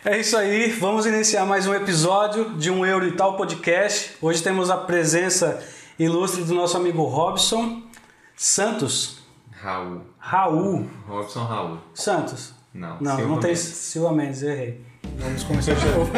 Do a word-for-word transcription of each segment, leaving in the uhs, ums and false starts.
É isso aí, vamos iniciar mais um episódio de Um Euro e Tal Podcast. Hoje temos a presença ilustre do nosso amigo Robson Santos. Raul. Raul. Robson Raul. Santos. Não, Não, Silva não tem Mendes. Silva Mendes, errei. Vamos começar de novo.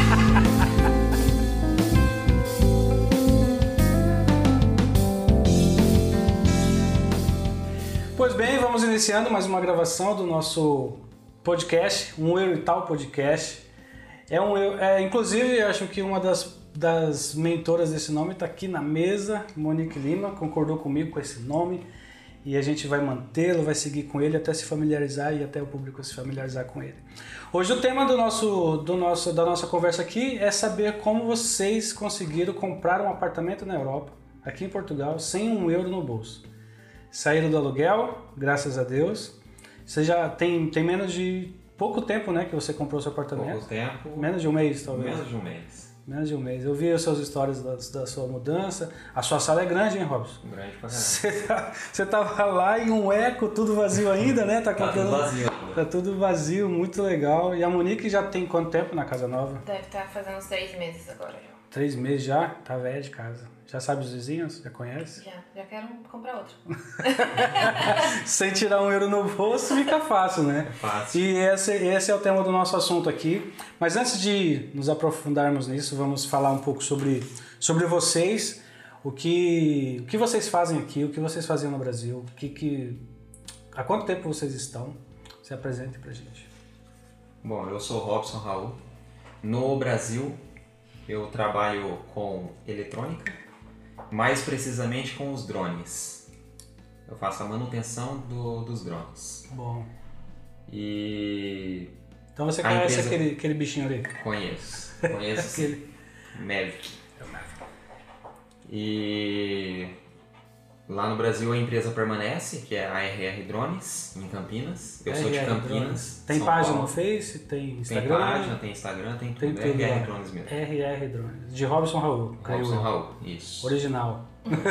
Pois bem, vamos iniciando mais uma gravação do nosso podcast, Um Euro e Tal Podcast. É um, é, inclusive, acho que uma das, das mentoras desse nome está aqui na mesa, Monique Lima, concordou comigo com esse nome e a gente vai mantê-lo, vai seguir com ele até se familiarizar e até o público se familiarizar com ele. Hoje o tema do nosso, do nosso, da nossa conversa aqui é saber como vocês conseguiram comprar um apartamento na Europa, aqui em Portugal, sem um euro no bolso. Saíram do aluguel, graças a Deus. Você já tem, tem menos de pouco tempo, né, que você comprou seu apartamento? Pouco tempo. Menos de um mês, talvez. Menos de um mês. Menos de um mês. Eu vi as suas histórias da, da sua mudança. A sua sala é grande, hein, Robson? Grande pra caramba. Você, tá, você tava lá em um eco, tudo vazio ainda, né? Tá, Tá contando, tudo vazio. Tá tudo vazio, muito legal. E a Monique já tem quanto tempo na casa nova? Deve estar fazendo uns três meses agora já. Três meses já? Tá velha de casa. Já sabe os vizinhos? Já conhece? Já, já quero comprar outro. Sem tirar um euro no bolso fica fácil, né? É fácil. E esse, esse é o tema do nosso assunto aqui. Mas antes de nos aprofundarmos nisso, vamos falar um pouco sobre, sobre vocês, o que, o que vocês fazem aqui, o que vocês faziam no Brasil, o que, que, há quanto tempo vocês estão? Se apresente pra gente. Bom, eu sou Robson Raul. No Brasil, eu trabalho com eletrônica, mais precisamente com os drones. Eu faço a manutenção do, dos drones. Bom. E Então você A conhece empresa- aquele, aquele bichinho ali? conheço. Conheço sim. Aquele. Mavic. E lá no Brasil a empresa permanece, que é a R R Drones, em Campinas. Eu sou de R R Campinas. Drones. Tem São página Paulo. no Face? Tem Tem Instagram? página, tem Instagram, tem Tem tudo. tudo R R lá. Drones mesmo. R R Drones. De Robson Raul. Robson Caiu. Raul, isso. Original.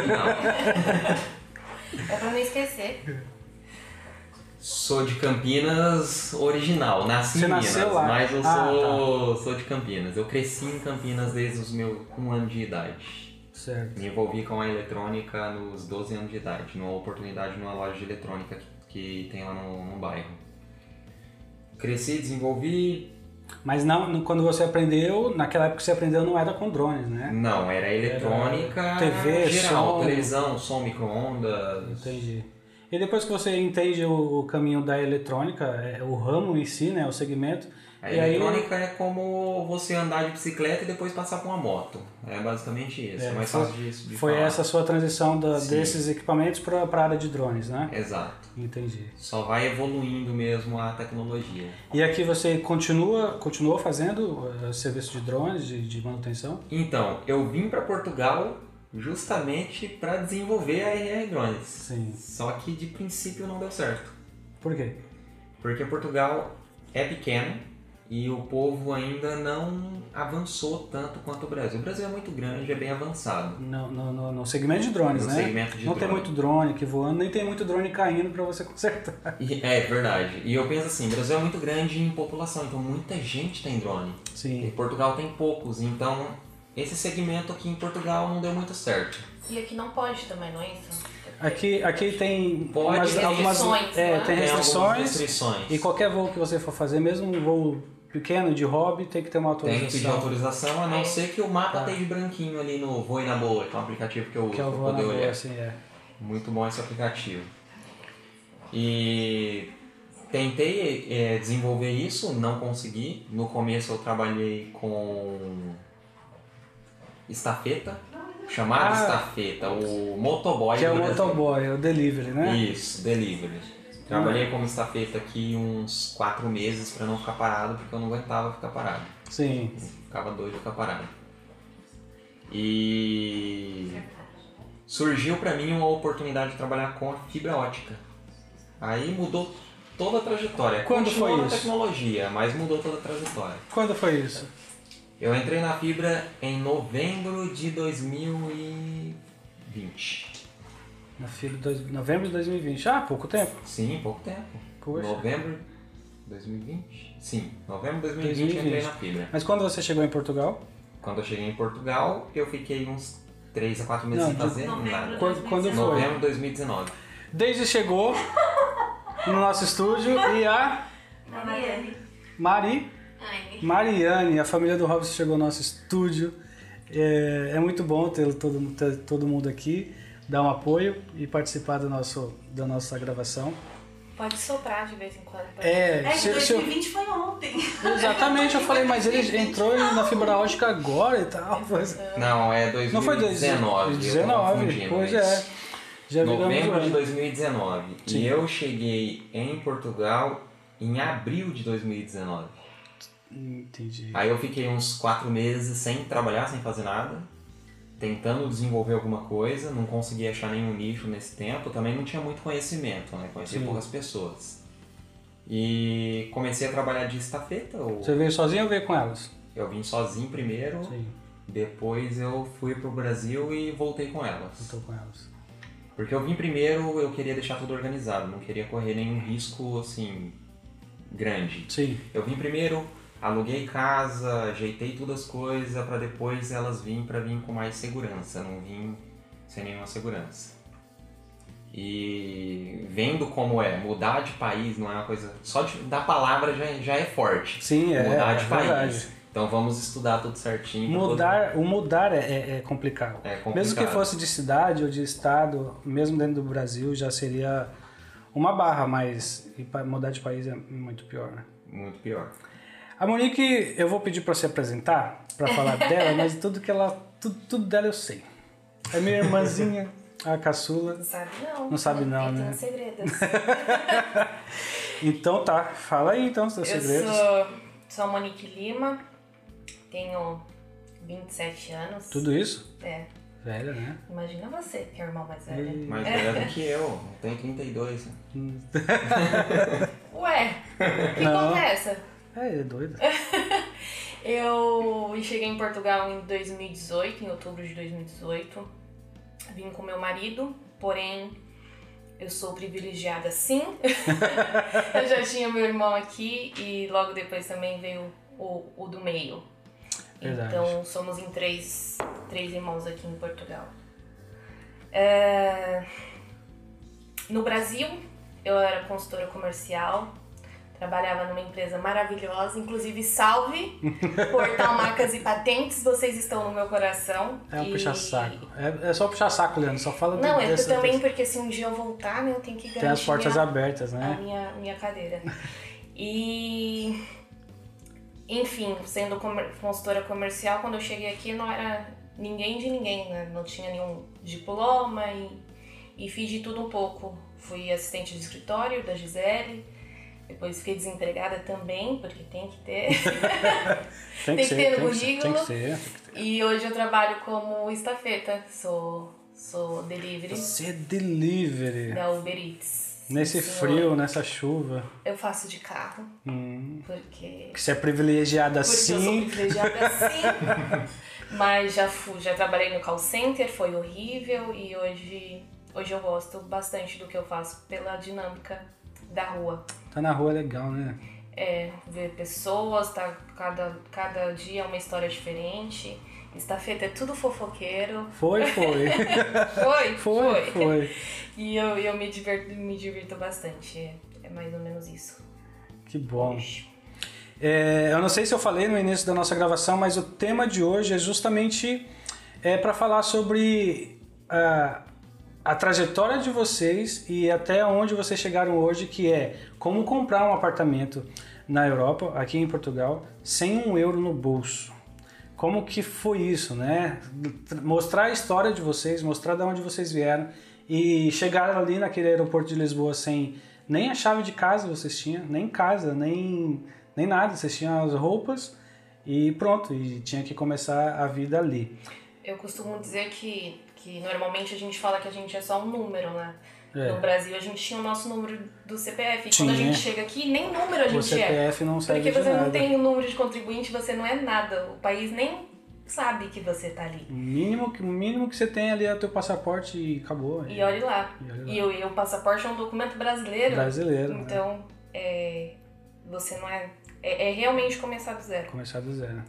Não, É pra não esquecer. sou de Campinas original, nasci Você em Minas, nasceu lá? mas eu Ah, sou, sou de Campinas. Eu cresci em Campinas desde os meus um ano de idade. Certo. Me envolvi com a eletrônica nos doze anos de idade, numa oportunidade numa loja de eletrônica que, que tem lá no, no bairro. Cresci, desenvolvi. Mas não, quando você aprendeu, naquela época que você aprendeu não era com drones, né? Não, era eletrônica Era T V, geral, som. televisão, som, micro-ondas. Entendi. E depois que você entende o, o caminho da eletrônica, é, o ramo em si, né, o segmento, A e aí eletrônica é como você andar de bicicleta e depois passar com uma moto. É basicamente isso. É, É, mais foi- fácil de, de foi falar. essa a sua transição da- Sim. desses equipamentos para a área de drones, né? Exato. Entendi. Só vai evoluindo mesmo a tecnologia. E aqui você continua, continuou fazendo uh, serviço de drones, de, de manutenção? Então, eu vim para Portugal justamente para desenvolver a R R Drones. Sim. Só que de princípio não deu certo. Por quê? Porque Portugal é pequeno e o povo ainda não avançou tanto quanto o Brasil. O Brasil é muito grande, é bem avançado. No, no, no- no segmento de drones, No né? segmento de não tem drone. muito drone aqui voando, nem tem muito drone caindo para você consertar. E- é verdade. E eu penso assim, o Brasil é muito grande em população, então muita gente tem drone. E Sim. Portugal tem poucos, então esse segmento aqui em Portugal não deu muito certo. E aqui não pode também, não é isso? Aqui, aqui tem Pode, umas- tem algumas restrições, é, né? tem Tem restrições, algumas restrições. e qualquer voo que você for fazer, mesmo um voo pequeno de hobby, tem que ter uma Tem que pedir autorização. autorização, a não É. ser que o mapa Tá. esteja branquinho ali no Voe na Boa, que é um aplicativo que eu uso Que é o para voo na poder boa, olhar. assim, é. Muito bom esse aplicativo. E tentei é, desenvolver isso, não consegui. No começo eu trabalhei com estafeta, chamado Ah. estafeta, o motoboy Que é do o Brasil. motoboy, é o delivery, né? Isso, delivery. Trabalhei como estafeta aqui uns quatro meses para não ficar parado, porque eu não aguentava ficar parado. Sim. Ficava doido ficar parado. E surgiu para mim uma oportunidade de trabalhar com a fibra ótica. Aí mudou toda a trajetória. Quando Continuou foi na isso? tecnologia, mas mudou toda a trajetória. Quando foi isso? Eu entrei na fibra em novembro de dois mil e vinte. Na fila de dois- novembro de dois mil e vinte. Ah, pouco tempo. Sim, pouco tempo. Poxa. Novembro dois mil e vinte? Sim, novembro de dois mil e vinte eu entrei na fibra. Mas quando você chegou em Portugal? Quando eu cheguei em Portugal, eu fiquei uns três a quatro meses Não, sem fazer novembro nada. de Quando, quando foi? Novembro de dois mil e dezenove. Daisy chegou no nosso estúdio e a Mariane. Mari, Ai, Mariane, a família do Robson chegou no nosso estúdio. É, é muito bom ter todo, ter todo mundo aqui, dar um apoio e participar do nosso, da nossa gravação. pode soprar de vez em quando. pra É, É, de se- se eu- dois mil e vinte foi ontem. exatamente, eu falei, mas ele entrou na fibra ótica agora e tal. Mas... Não, é dois Não foi mil e dezenove. dois mil e dezenove, pois é. Já viramos Novembro de ano. dois mil e dezenove. Sim. E eu cheguei em Portugal em abril de dois mil e dezenove. Entendi. Aí eu fiquei uns quatro meses sem trabalhar, sem fazer nada, tentando desenvolver alguma coisa, não consegui achar nenhum nicho nesse tempo, também não tinha muito conhecimento, né? Conhecia Sim. poucas pessoas. E comecei a trabalhar de estafeta. Ou... Você veio sozinho ou veio com elas? Eu vim sozinho primeiro, Sim, depois eu fui pro Brasil e voltei com elas. eu tô com elas. Porque eu vim primeiro, eu queria deixar tudo organizado, não queria correr nenhum risco, assim, grande. Sim, Eu vim primeiro, aluguei casa, ajeitei todas as coisas pra depois elas virem pra vir com mais segurança, não vim sem nenhuma segurança. E vendo como é, mudar de país não é uma coisa... Só de, da palavra já, já é forte. sim, é, mudar é de país. verdade. Então vamos estudar tudo certinho. pra Mudar, o mudar é, é- é complicado. É complicado. Mesmo que fosse de cidade ou de estado, mesmo dentro do Brasil, já seria uma barra, mas e pa- mudar de país é muito pior, né? poder- Muito pior. A Monique, eu vou pedir pra você apresentar, pra falar dela, mas tudo que ela, tudo, tudo dela eu sei. É minha irmãzinha, a caçula. Não sabe não. Não sabe não, Tem né? segredos. Então tá, fala aí então os seus Eu segredos. sou, sou a Monique Lima, tenho vinte e sete anos. Tudo isso? É, Velha, né? imagina você, que é o irmão mais velho. Mais velho do que eu, eu tenho trinta e dois. né? Ué, que Não. conta é essa? É, é doida. Eu cheguei em Portugal em dois mil e dezoito, em outubro de dois mil e dezoito. Vim com meu marido, porém eu sou privilegiada sim. Eu já tinha meu irmão aqui e logo depois também veio o, o do meio. Verdade. Então somos em três, três irmãos aqui em Portugal. É, No Brasil, eu era consultora comercial. Trabalhava numa empresa maravilhosa, inclusive salve, Portal Marcas e Patentes, vocês estão no meu coração. É um E- puxa-saco. É, é só puxa-saco, Leandro. Só fala Não, é dessa- também dessa- porque se um dia eu voltar, né, eu tenho que garantir Tem as portas minha, abertas, a né? minha, minha cadeira. E, enfim, sendo comer- consultora comercial, quando eu cheguei aqui não era ninguém de ninguém, né? Não tinha nenhum diploma e, e fiz de tudo um pouco. Fui assistente de escritório da Gisele. Depois fiquei desempregada também, porque tem que ter. Tem tem que ter no tem que ser, tem currículo. que ser. E hoje eu trabalho como estafeta. Sou, sou delivery Você é delivery. da Uber Eats. Nesse Senhor, frio, nessa chuva. Eu faço de carro, Hum. porque... Que você é privilegiada Porque eu sou assim. privilegiada assim. Mas já, fui, já trabalhei no call center, foi horrível. E hoje, hoje eu gosto bastante do que eu faço pela dinâmica da rua. Tá na rua é legal, né? É, ver pessoas, tá, cada, cada dia é uma história diferente. Estafeta é tudo fofoqueiro. Foi, foi. Foi, Foi, foi. E eu, eu me, diverto, me divirto bastante. É, é mais ou menos isso. Que bom. É, eu não sei se eu falei no início da nossa gravação, mas o tema de hoje é justamente é, para falar sobre a, a trajetória de vocês e até onde vocês chegaram hoje, que é como comprar um apartamento na Europa, aqui em Portugal, sem um euro no bolso. Como que foi isso, né? Mostrar a história de vocês, mostrar de onde vocês vieram e chegar ali naquele aeroporto de Lisboa sem nem a chave de casa vocês tinham, nem casa, nem, nem nada. Vocês tinham as roupas e pronto, e tinha que começar a vida ali. Eu costumo dizer que, que normalmente a gente fala que a gente é só um número, né? É. No Brasil a gente tinha o nosso número do C P F. E Tinha. quando a gente chega aqui, nem número a O gente C P é. F não serve Porque de você nada. não tem o número de contribuinte, você não é nada. O país nem sabe que você tá ali. O mínimo, que- o mínimo que você tem ali é o teu passaporte e acabou. E olhe lá. E olhe lá. E o, e o passaporte é um documento brasileiro. Brasileiro, né? Então, é, Você não é... É, é realmente começar do zero. Começar do zero.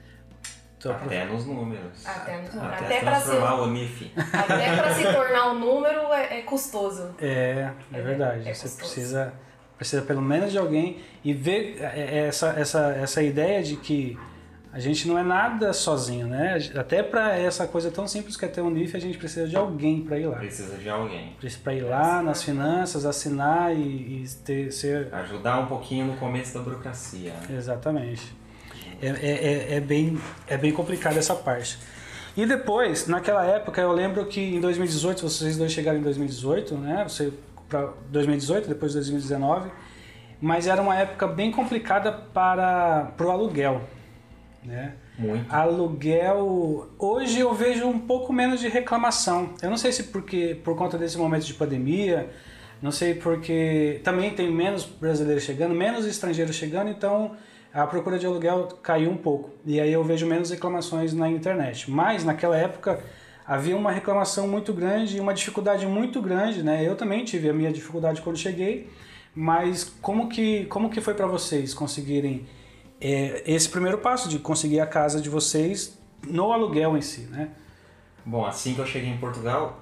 Tô Até nos números. Até, no, Até, até para transformar ser, o N I F. até para se tornar um número é, é custoso. É, é verdade. É Você custoso. precisa, precisa pelo menos de alguém e ver essa, essa, essa ideia de que a gente não é nada sozinho, né? Até para essa coisa tão simples que é ter um N I F, a gente precisa de alguém para ir lá. Precisa de alguém. Precisa para ir lá nas finanças, assinar e, e ter, ser... Ajudar um pouquinho no começo da burocracia. Exatamente. É, é, é, bem, é bem complicado essa parte. E depois, naquela época, eu lembro que em dois mil e dezoito, vocês dois chegaram em dois mil e dezoito, né? Você para dois mil e dezoito, depois de dois mil e dezenove, mas era uma época bem complicada para o aluguel, né? Muito. Aluguel, hoje eu vejo um pouco menos de reclamação. Eu não sei se porque por conta desse momento de pandemia, não sei porque também tem menos brasileiros chegando, menos estrangeiros chegando, então a procura de aluguel caiu um pouco. E aí eu vejo menos reclamações na internet. Mas naquela época havia uma reclamação muito grande e uma dificuldade muito grande, né? Eu também tive a minha dificuldade quando cheguei, mas como que, como que foi para vocês conseguirem é, esse primeiro passo de conseguir a casa de vocês no aluguel em si, né? Bom, assim que eu cheguei em Portugal,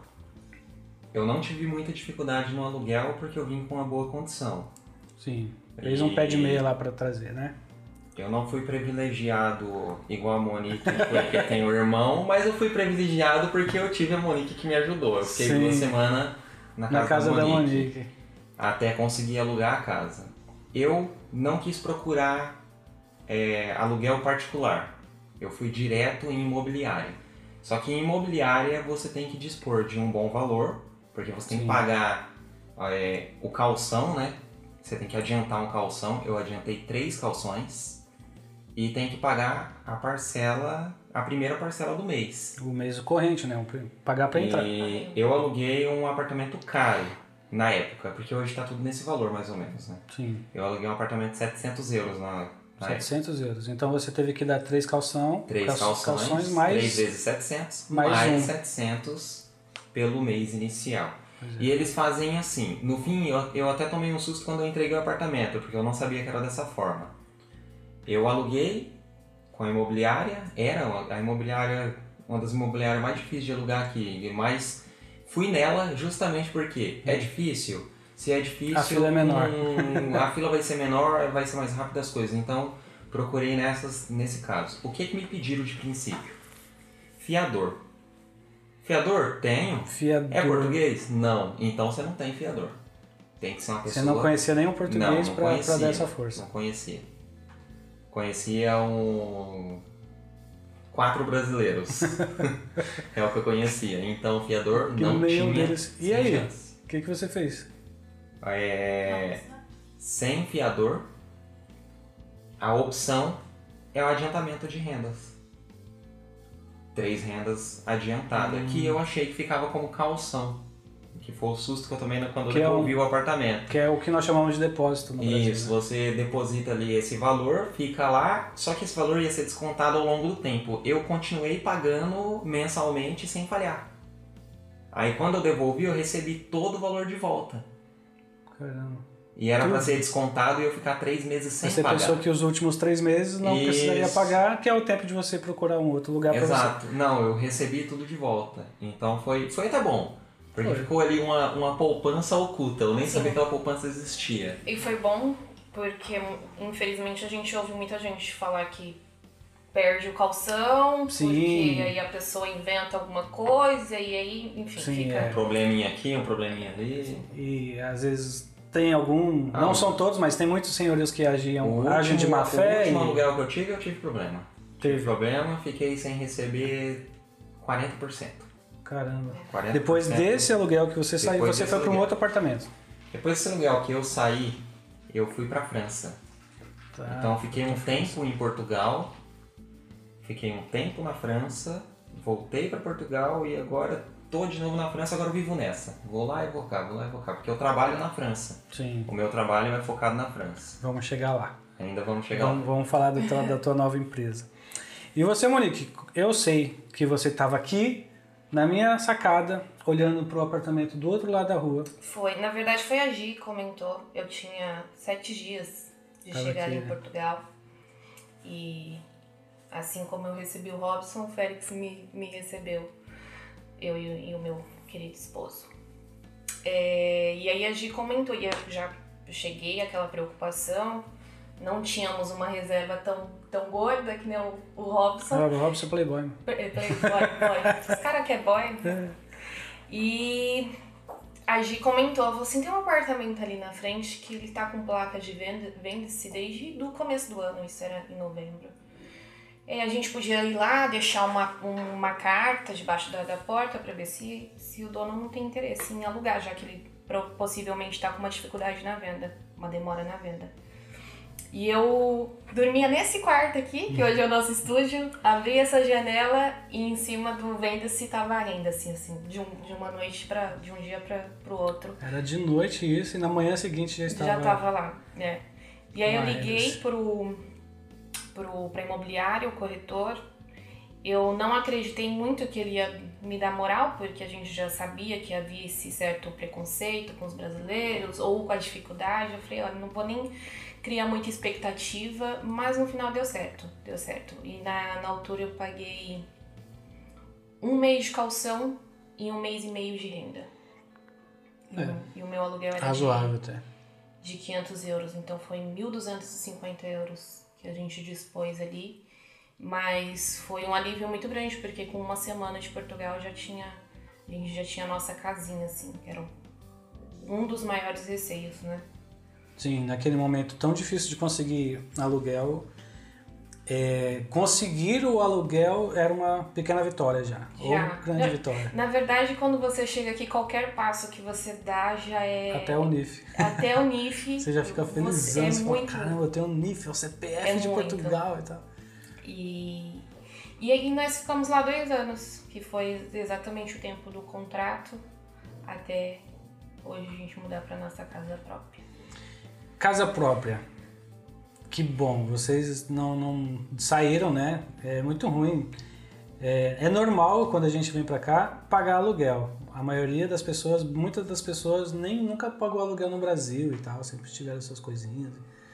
eu não tive muita dificuldade no aluguel porque eu vim com uma boa condição. Sim, fez um pé de meia lá para trazer, né? Eu não fui privilegiado igual a Monique, porque tenho irmão, mas eu fui privilegiado porque eu tive a Monique que me ajudou. Eu fiquei Sim. uma semana na casa, Na casa da, da Monique, Monique. até conseguir alugar a casa. Eu não quis procurar é, aluguel particular. Eu fui direto em imobiliária. Só que em imobiliária você tem que dispor de um bom valor, porque você tem Sim. que pagar é, o calção, né? Você tem que adiantar um calção. Eu adiantei três calções. E tem que pagar a parcela, a primeira parcela do mês. O mês corrente, né? Pagar para entrar. E eu aluguei um apartamento caro na época, porque hoje está tudo nesse valor mais ou menos, né? Sim. Eu aluguei um apartamento de setecentos euros na, na setecentos euros. Então você teve que dar três calção, Três calções, calções, mais três vezes setecentos, mais mais, um. setecentos pelo mês inicial. Pois é. E eles fazem assim, no fim eu, eu até tomei um susto quando eu entreguei o apartamento, porque eu não sabia que era dessa forma. Eu aluguei com a imobiliária, era a imobiliária, uma das imobiliárias mais difíceis de alugar aqui, mas fui nela justamente porque é difícil. Se é difícil, A fila é menor. Hum, a fila vai ser menor, vai ser mais rápida as coisas. Então, procurei nessas, nesse caso. O que que me pediram de princípio? Fiador. Fiador? Tenho. Fiador. É português? Não. Então você não tem fiador. Tem que ser uma pessoa... Você não conhecia nenhum português Não, não para conhecia, dar essa força. Não conhecia. Conhecia um... quatro brasileiros. É o que eu conhecia. Então, fiador Que não nenhum tinha. deles. E sem aí? chance. O que, que você fez? É... Sem fiador, a opção é o adiantamento de rendas. Três rendas adiantadas, Hum. que eu achei que ficava como calção. Que foi o susto que eu tomei quando eu Que é devolvi um- o apartamento. Que é o que nós chamamos de depósito no Brasil. Isso, né? você deposita ali esse valor, fica lá, só que esse valor ia ser descontado ao longo do tempo. Eu continuei pagando mensalmente sem falhar. Aí quando eu devolvi, eu recebi todo o valor de volta. Caramba. E era Tudo. para ser descontado e eu ficar três meses sem Você pagar. pensou que os últimos três meses não Isso. precisaria pagar, que é o tempo de você procurar um outro lugar para você. Exato. Não, eu recebi tudo de volta. Então foi, foi até bom. Porque Foi. ficou ali uma, uma poupança oculta. Eu nem Sim. sabia que aquela poupança existia. E foi bom porque, infelizmente, a gente ouve muita gente falar que perde o calção, Sim. porque aí a pessoa inventa alguma coisa e aí, enfim, Sim, fica... é. Um probleminha aqui, um probleminha ali. E às vezes tem algum, Ah, não o- são todos, mas tem muitos senhorios que agiam, O agem de último- má O fé. último e- aluguel que eu tive, eu tive problema. Tive Teve. problema, fiquei sem receber quarenta por cento. Caramba. quarenta por cento. Depois desse aluguel que você saiu, Depois você desse foi para um aluguel. outro apartamento. Depois desse aluguel que eu saí, eu fui pra França. Tá. Então eu fiquei um tempo em Portugal, fiquei um tempo na França, voltei pra Portugal e agora tô de novo na França, agora eu vivo nessa. Vou lá e vou cá, vou lá e vou cá, porque eu trabalho na França. Sim, O meu trabalho é focado na França. vamos chegar lá. Ainda vamos chegar Vamos, lá. vamos falar da tua, da tua nova empresa. E você, Monique, eu sei que você estava aqui na minha sacada, olhando para o apartamento do outro lado da rua. Foi, na verdade foi a Gi que comentou, eu tinha sete dias de Tava chegar aqui, em né? Portugal. E assim como eu recebi o Robson, o Félix me, me recebeu, eu e, e o meu querido esposo. É, e aí a Gi comentou, e eu já cheguei àquela preocupação, não tínhamos uma reserva tão, tão gorda que nem o, o Robson. Ah, o Robson é playboy. Mano. Playboy, boy. Os caras que é boy. E a Gi comentou, falou assim, tem um apartamento ali na frente que ele tá com placa de venda, vende-se desde o começo do ano, isso era em novembro. E a gente podia ir lá, deixar uma, uma carta debaixo da, da porta para ver se, se o dono não tem interesse em alugar, já que ele possivelmente está com uma dificuldade na venda, uma demora na venda. E eu dormia nesse quarto aqui, que hoje é o nosso estúdio, abri essa janela e em cima do venda-se tava a renda, assim, assim, de, um, de uma noite para de um dia para pro outro. Era de noite isso e na manhã seguinte já estava... Já tava lá, né? E aí eu Mas... liguei pro, pro, pra imobiliário, o corretor. Eu não acreditei muito que ele ia me dar moral, porque a gente já sabia que havia esse certo preconceito com os brasileiros ou com a dificuldade. Eu falei, olha, não vou nem criar muita expectativa, mas no final deu certo, deu certo. E na, na altura eu paguei um mês de calção e um mês e meio de renda. E, É. o, e o meu aluguel era razoável de, até. de quinhentos euros, então foi mil duzentos e cinquenta euros que a gente dispôs ali. Mas foi um alívio muito grande, porque com uma semana de Portugal já tinha, a gente já tinha a nossa casinha, assim, que era um dos maiores receios, né? Sim, naquele momento tão difícil de conseguir aluguel, é, conseguir o aluguel era uma pequena vitória já, Já. ou grande Na- vitória. Na verdade, quando você chega aqui, qualquer passo que você dá já é... Até o N I F. Até o N I F. Você já fica você- felizão, É você fala, muito... caramba, eu tenho o N I F, é o C P F É de muito. Portugal e tal. E, e aí nós ficamos lá dois anos, que foi exatamente o tempo do contrato, até hoje a gente mudar para nossa casa própria. Casa própria. Que bom, vocês não, não saíram, né? É muito ruim. É, é normal quando a gente vem pra cá pagar aluguel. A maioria das pessoas, muitas das pessoas nem nunca pagou aluguel no Brasil e tal, sempre tiveram suas coisinhas.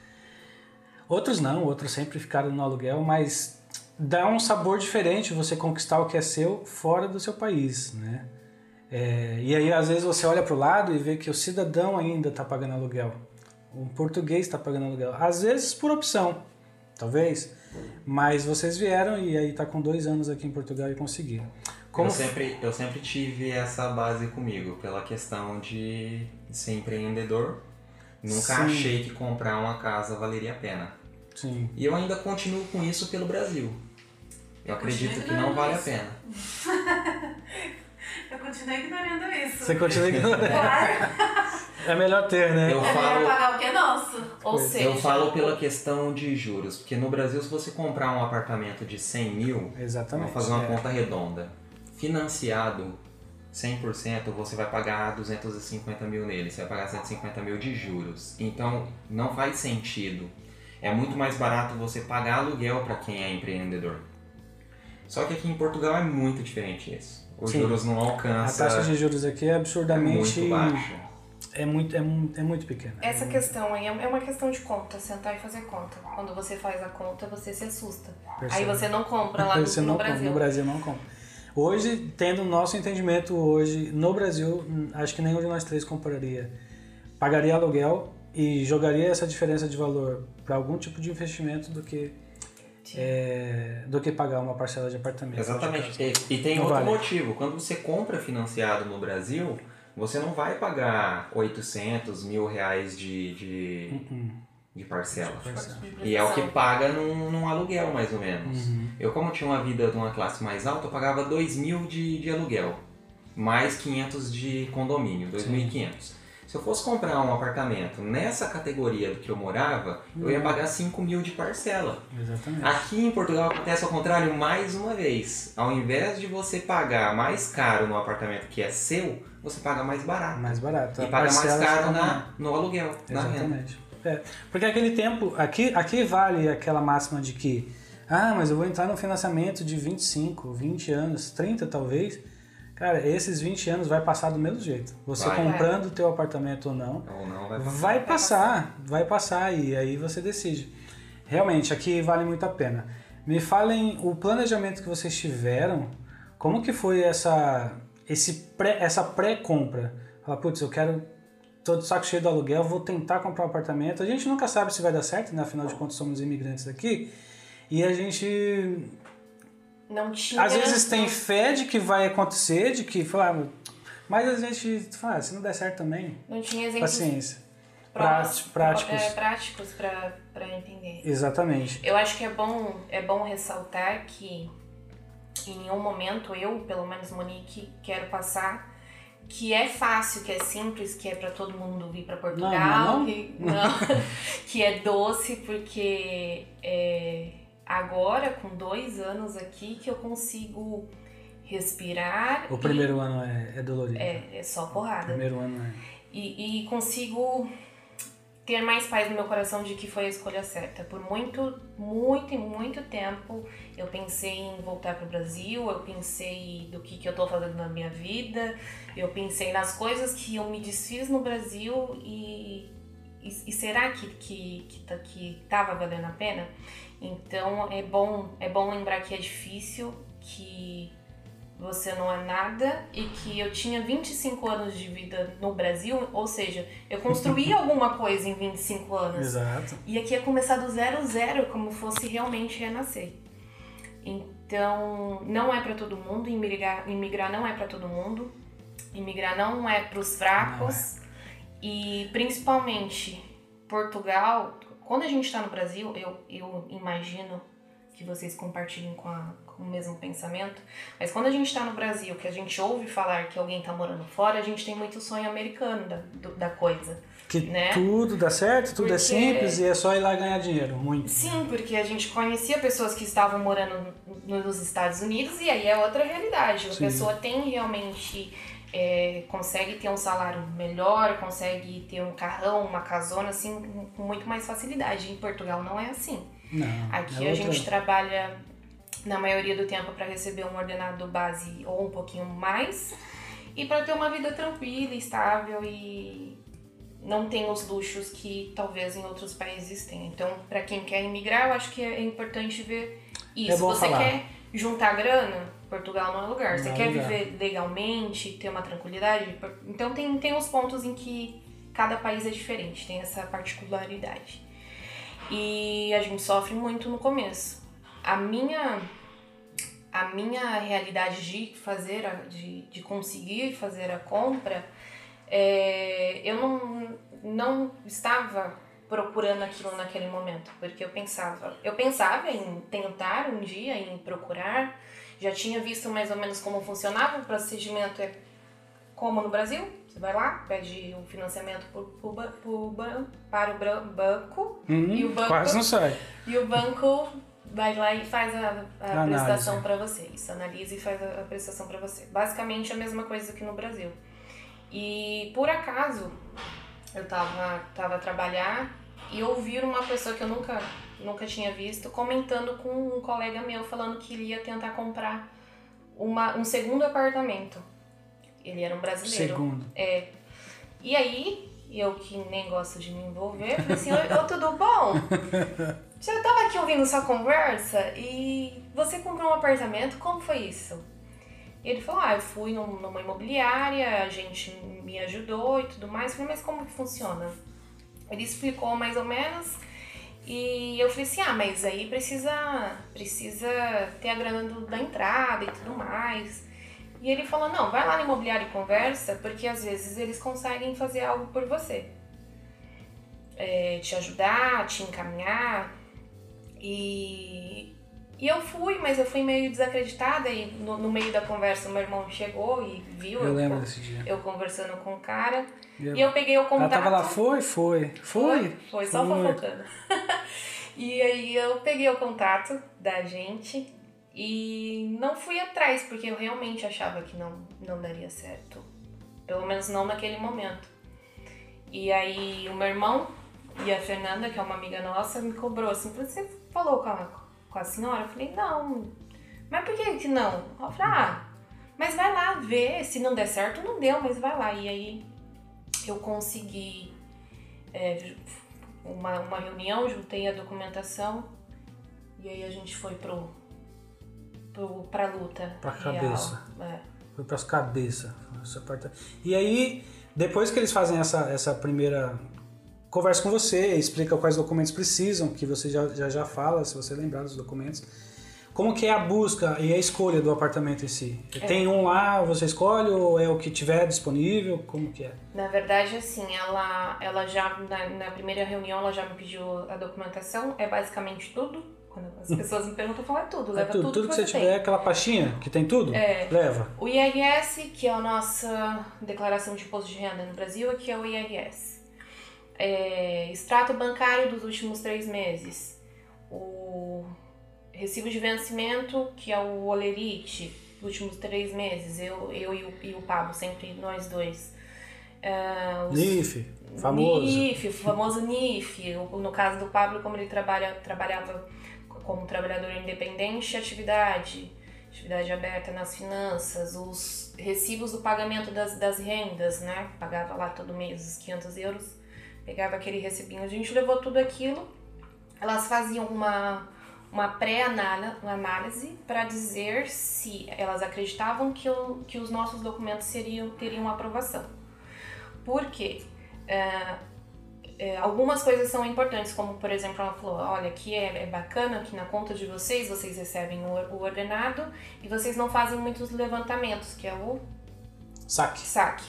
Outros não, outros sempre ficaram no aluguel, mas dá um sabor diferente você conquistar o que é seu fora do seu país, né? É, e aí às vezes você olha pro lado e vê que o cidadão ainda está pagando aluguel. Um português está pagando aluguel. Às vezes por opção, talvez. Mas vocês vieram e aí tá com dois anos aqui em Portugal e conseguiram. Como... Eu, sempre, eu sempre tive essa base comigo, pela questão de ser empreendedor. Nunca Sim. achei que comprar uma casa valeria a pena. Sim. E eu ainda continuo com isso pelo Brasil. Eu acredito que não vale a pena. Eu continuo ignorando isso. Você continua ignorando. Claro. É melhor ter, né? Eu É melhor falo, pagar o que é nosso. Ou Pois, seja, eu falo pela questão de juros, porque no Brasil, se você comprar um apartamento de cem mil, Exatamente. vamos fazer uma é. conta redonda, financiado cem por cento, você vai pagar duzentos e cinquenta mil nele, você vai pagar cento e cinquenta mil de juros. Então, não faz sentido. É muito mais barato você pagar aluguel para quem é empreendedor. Só que aqui em Portugal é muito diferente isso. Os Sim. juros não A alcançam, taxa de juros aqui é é absurdamente... muito baixa. É muito, é, mu- é muito pequena. essa questão aí é uma questão de conta, sentar e fazer conta. Quando você faz a conta, você se assusta. Percebe? Aí você não compra lá no, Você no não Brasil. compra, no Brasil não compra. Hoje, tendo o nosso entendimento hoje, no Brasil, hum, acho que nenhum de nós três compraria. Pagaria aluguel e jogaria essa diferença de valor para algum tipo de investimento do que, é, do que pagar uma parcela de apartamento. Exatamente. E, e tem Não outro vale. motivo. Quando você compra financiado no Brasil, você não vai pagar oitocentos mil reais de, de, Hum, de parcela. parcela. E é o que paga num, num aluguel, mais ou menos. Uhum. Eu, como tinha uma vida de uma classe mais alta, eu pagava dois mil de, de aluguel. Mais quinhentos de condomínio, dois mil e quinhentos. Se eu fosse comprar um apartamento nessa categoria do que eu morava, eu ia pagar cinco mil de parcela. Exatamente. Aqui em Portugal acontece ao contrário mais uma vez. Ao invés de você pagar mais caro no apartamento que é seu, você paga mais barato. Mais barato. E A paga mais parcela caro fica na, no aluguel, na renda. Exatamente. É, porque aquele tempo, aqui, aqui vale aquela máxima de que, ah, mas eu vou entrar num financiamento de vinte e cinco, vinte anos, trinta talvez, Cara, esses vinte anos vai passar do mesmo jeito. Você Vai. comprando o teu apartamento ou não, Ou não vai passar. vai passar, vai passar e aí você decide. Realmente, aqui vale muito a pena. Me falem o planejamento que vocês tiveram, como que foi essa, esse pré, essa pré-compra? Fala, putz, eu quero, tô de saco cheio do aluguel, vou tentar comprar um apartamento. A gente nunca sabe se vai dar certo, né? Afinal de contas somos imigrantes aqui. E a gente, Não tinha... às vezes tem fé de que vai acontecer, de que, fala, mas a gente fala, ah, se não der certo também, Não tinha exemplos paciência. prós- práticos. é, práticos pra, pra entender. Exatamente. Eu acho que é bom, é bom ressaltar que em nenhum momento eu, pelo menos Monique, quero passar que é fácil, que é simples, que é pra todo mundo vir pra Portugal, Não, não. Que, não, que é doce, porque é, agora, com dois anos aqui, que eu consigo respirar. O e- primeiro ano é, é dolorido. É, é só O porrada. primeiro ano é. E, e consigo ter mais paz no meu coração de que foi a escolha certa. Por muito, muito e muito tempo eu pensei em voltar para o Brasil, eu pensei do que, que eu tô fazendo na minha vida, eu pensei nas coisas que eu me desfiz no Brasil e, e, e será que, que, que, tá, que tava valendo a pena? Então é bom, é bom lembrar que é difícil, que você não é nada e que eu tinha vinte e cinco anos de vida no Brasil, ou seja, eu construí alguma coisa em vinte e cinco anos. Exato. E aqui é começar do zero zero, como fosse realmente renascer. Então, não é pra todo mundo, imigrar, imigrar não é pra todo mundo, imigrar não é pros fracos. E principalmente Portugal, quando a gente tá no Brasil, eu, eu imagino que vocês compartilhem com, a, com o mesmo pensamento, mas quando a gente está no Brasil, que a gente ouve falar que alguém está morando fora, a gente tem muito sonho americano da, do, da coisa. Que Né? tudo dá certo, tudo é Porque- simples e é só ir lá ganhar dinheiro. Muito. Sim, porque a gente conhecia pessoas que estavam morando no- nos Estados Unidos e aí é outra realidade. A Sim. pessoa tem realmente, é, consegue ter um salário melhor, consegue ter um carrão, uma casona, assim, com muito mais facilidade. Em Portugal não é assim. Não, Aqui é a outra- gente trabalha na maioria do tempo para receber um ordenado base ou um pouquinho mais e para ter uma vida tranquila, estável e não tem os luxos que talvez em outros países tenham. Então, para quem quer imigrar, eu acho que é importante ver isso. É bom Você falar. quer juntar grana? Portugal não é lugar. Você Não é quer lugar. viver legalmente, ter uma tranquilidade? Então, tem, tem os pontos em que cada país é diferente, tem essa particularidade. E a gente sofre muito no começo. A minha, a minha realidade de fazer, a, de, de conseguir fazer a compra, é, eu não, não estava procurando aquilo naquele momento, porque eu pensava, eu pensava em tentar um dia, em procurar, já tinha visto mais ou menos como funcionava, o procedimento é como no Brasil, você vai lá, pede um financiamento por, por, ba- por ban- para o bra- banco, Hum, e o banco- quase não sai. e o banco vai lá e faz a, a Análise. prestação para você. Isso, analisa e faz a, a prestação para você. Basicamente a mesma coisa que no Brasil. E por acaso, eu tava, tava a trabalhar e ouvi uma pessoa que eu nunca, nunca tinha visto comentando com um colega meu, falando que ele ia tentar comprar uma, um segundo apartamento. Ele era um brasileiro. Segundo. É. E aí, eu que nem gosto de me envolver, falei assim, ô, ô, tudo bom? Já tava aqui ouvindo sua conversa e você comprou um apartamento, como foi isso? E ele falou, ah, eu fui num- numa imobiliária, a gente me ajudou e tudo mais. Eu falei, mas como que funciona? Ele explicou mais ou menos e eu falei assim, ah, mas aí precisa, precisa ter a grana do- da entrada e tudo mais. E ele falou, não, vai lá no imobiliário e conversa, porque às vezes eles conseguem fazer algo por você. É, te ajudar, te encaminhar. E, e eu fui, mas eu fui meio desacreditada e no, no meio da conversa o meu irmão chegou e viu Eu eu, lembro co- desse dia. eu conversando com o cara. Eu- E eu peguei o Ela contato. tava lá, foi, foi, foi. Foi, foi só Foi. fofocando. E aí eu peguei o contato da gente e não fui atrás, porque eu realmente achava que não, não daria certo. Pelo menos não naquele momento. E aí o meu irmão e a Fernanda, que é uma amiga nossa, me cobrou assim, você falou com a, com a senhora? Eu falei, não. Mas por que que não? Ela falou, ah, Mas vai lá ver, se não der certo, não deu, mas vai lá. E aí eu consegui é, uma, uma reunião, juntei a documentação e aí a gente foi pro, pro, pra luta. Pra real. cabeça. É. Foi pras cabeças. E aí, depois que eles fazem essa, essa primeira conversa com você, explica quais documentos precisam, que você já, já, já fala, se você lembrar dos documentos. Como que é a busca e a escolha do apartamento em si? É. Tem um lá, você escolhe, ou é o que tiver disponível? Como que é? Na verdade, assim, ela, ela já, na, na primeira reunião, ela já me pediu a documentação, é basicamente tudo. Quando as pessoas me perguntam, eu falo, é tudo, leva é tudo, tudo, tudo que você, você tiver, tem. aquela pastinha que tem tudo, é, leva. O I R S, que é a nossa declaração de imposto de renda no Brasil, aqui é o I R S. É, extrato bancário dos últimos três meses. O recibo de vencimento, que é o Olerite, dos últimos três meses, eu, eu e, o, e o Pablo, sempre nós dois. Uh, os, N I F, famoso. N I F, o famoso N I F. No caso do Pablo, como ele trabalha, trabalhava como trabalhador independente, atividade, atividade aberta nas finanças, os recibos do pagamento das, das rendas, né? Pagava lá todo mês os quinhentos euros, pegava aquele recibinho. A gente levou tudo aquilo, elas faziam uma... uma pré-análise para dizer se elas acreditavam que, o, que os nossos documentos seriam, teriam aprovação. Por quê? É, é, algumas coisas são importantes, como por exemplo, ela falou, olha, aqui é, é bacana que na conta de vocês, vocês recebem o, o ordenado e vocês não fazem muitos levantamentos, que é o saque. saque.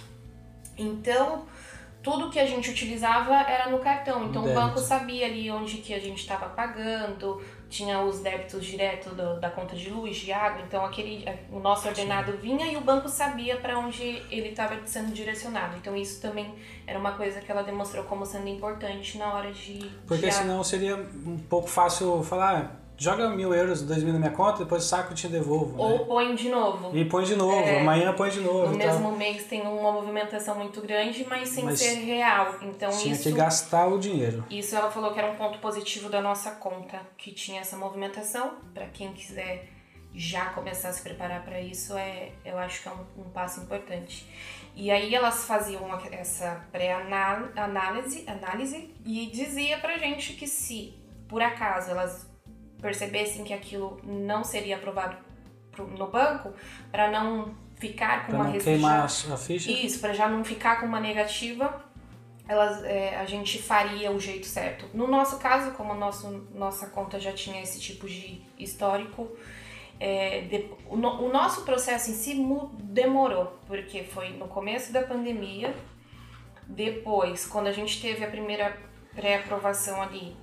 Então, tudo que a gente utilizava era no cartão, então o banco sabia ali onde que a gente estava pagando, tinha os débitos direto do, da conta de luz, de água, então aquele, o nosso ordenado Sim. vinha e o banco sabia para onde ele estava sendo direcionado. Então isso também era uma coisa que ela demonstrou como sendo importante na hora de... Porque de... senão seria um pouco fácil falar... Joga mil euros, dois mil na minha conta, depois saco e te devolvo. Ou né? põe de novo. E põe de novo, é, amanhã põe de novo. No e mesmo tal. mês tem uma movimentação muito grande, mas sem mas ser real. Então tinha isso, que gastar o dinheiro. Isso ela falou que era um ponto positivo da nossa conta, que tinha essa movimentação. Para quem quiser já começar a se preparar para isso, é, eu acho que é um, um passo importante. E aí elas faziam uma, essa pré-análise análise, e dizia pra gente que se, por acaso, elas percebessem que aquilo não seria aprovado pro, no banco, para não ficar com pra uma não restrição. Queimar a ficha? Isso, para já não ficar com uma negativa, elas, é, a gente faria o jeito certo. No nosso caso, como a nosso, nossa conta já tinha esse tipo de histórico, é, de, o, no, o nosso processo em si demorou, porque foi no começo da pandemia, depois, quando a gente teve a primeira pré-aprovação ali,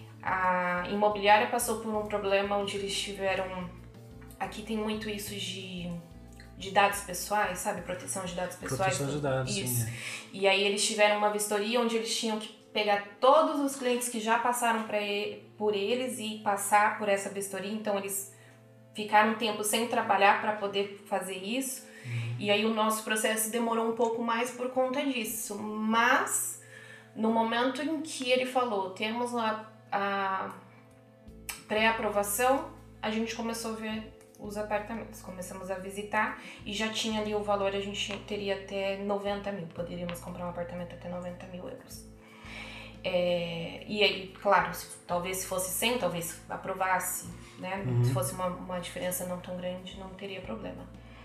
a imobiliária passou por um problema onde eles tiveram... Aqui tem muito isso de, de dados pessoais, sabe? Proteção de dados pessoais. Proteção de dados, isso. sim. É. E aí eles tiveram uma vistoria onde eles tinham que pegar todos os clientes que já passaram pra ele, por eles e passar por essa vistoria. Então eles ficaram um tempo sem trabalhar para poder fazer isso. Uhum. E aí o nosso processo demorou um pouco mais por conta disso. Mas no momento em que ele falou, temos a a pré-aprovação, a gente começou a ver os apartamentos, começamos a visitar e já tinha ali o valor, a gente teria até noventa mil, poderíamos comprar um apartamento até noventa mil euros. É, e aí, claro, se, talvez se fosse cem, talvez aprovasse, né? Uhum. Se fosse uma, uma diferença não tão grande, não teria problema.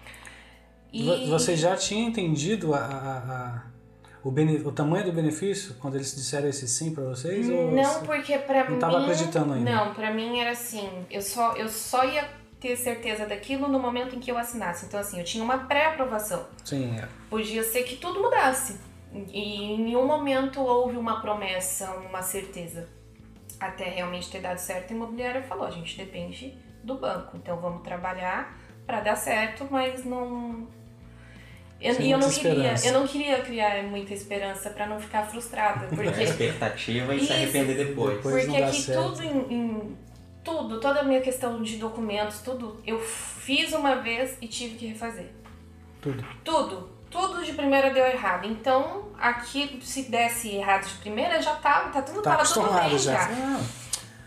E... Você já tinha entendido a... a, a... O, bene... o tamanho do benefício, quando eles disseram esse sim pra vocês? Ou não, porque pra não mim... Não tava acreditando ainda? Não, pra mim era assim, eu só, eu só ia ter certeza daquilo no momento em que eu assinasse. Então assim, eu tinha uma pré-aprovação. Sim, é. Podia ser que tudo mudasse. E em nenhum momento houve uma promessa, uma certeza. Até realmente ter dado certo, a imobiliária falou, a gente depende do banco. Então vamos trabalhar pra dar certo, mas não... Eu, e eu não, queria, eu não queria criar muita esperança pra não ficar frustrada. Porque... É expectativa e Isso, se arrepender depois. depois porque aqui tudo, em, em, tudo, toda a minha questão de documentos, tudo, eu fiz uma vez e tive que refazer. Tudo? Tudo. Tudo de primeira deu errado. Então, aqui, se desse errado de primeira, já tava, tá tudo, tá tava tudo bem já. já. Ah,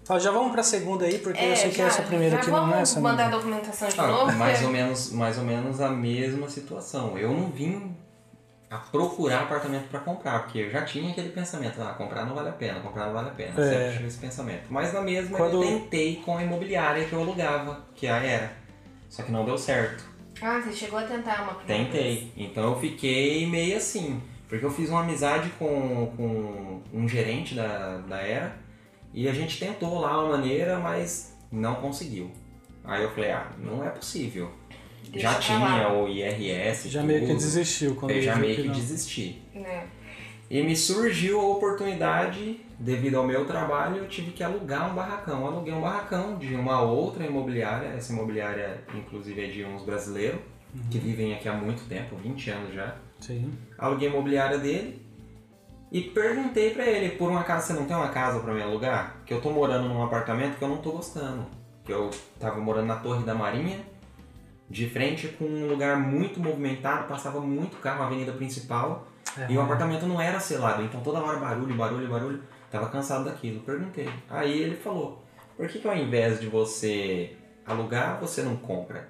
Ó, já vamos pra segunda aí, porque É, eu sei que já, essa primeira já aqui não é vamos essa. mandar a não. documentação de Ah, novo? mais, porque- ou menos, mais ou menos a mesma situação. Eu não vim a procurar apartamento para comprar, porque eu já tinha aquele pensamento, ah, comprar não vale a pena, comprar não vale a pena. É. Sempre tive esse pensamento. Mas na mesma Quando- eu tentei com a imobiliária que eu alugava, que a Era. Só que não deu certo. Ah, você chegou a tentar uma primeira vez. Tentei. Então eu fiquei meio assim. Porque eu fiz uma amizade com, com um gerente da, da Era e a gente tentou lá uma maneira, mas não conseguiu. Aí eu falei, ah, não é possível. Deixa já pra tinha lá. o I R S, Já tudo, meio que desistiu quando eu já viu meio que não. desisti. Né? E me surgiu a oportunidade, devido ao meu trabalho, eu tive que alugar um barracão. Eu aluguei um barracão de uma outra imobiliária, essa imobiliária inclusive é de uns brasileiros, Uhum. que vivem aqui há muito tempo, vinte anos já. Sim. Aluguei a imobiliária dele e perguntei pra ele, por um acaso você não tem uma casa pra me alugar? Que eu tô morando num apartamento que eu não tô gostando. Que eu tava morando na Torre da Marinha, de frente com um lugar muito movimentado, passava muito carro na avenida principal. É, E o apartamento não era selado, então toda hora barulho, barulho, barulho. Tava cansado daquilo. Perguntei. Aí ele falou, por que que ao invés de você alugar, você não compra?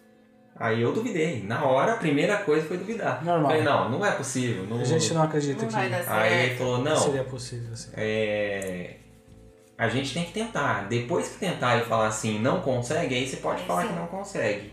Aí eu duvidei. Na hora, a primeira coisa foi duvidar. Normal. Falei, não, não é possível. Não... A gente não acredita Não que vai dar certo. Aí ele falou, não, seria possível assim. é... a gente tem que tentar. Depois que tentar e falar assim, não consegue, aí você pode Aí falar sim. que não consegue.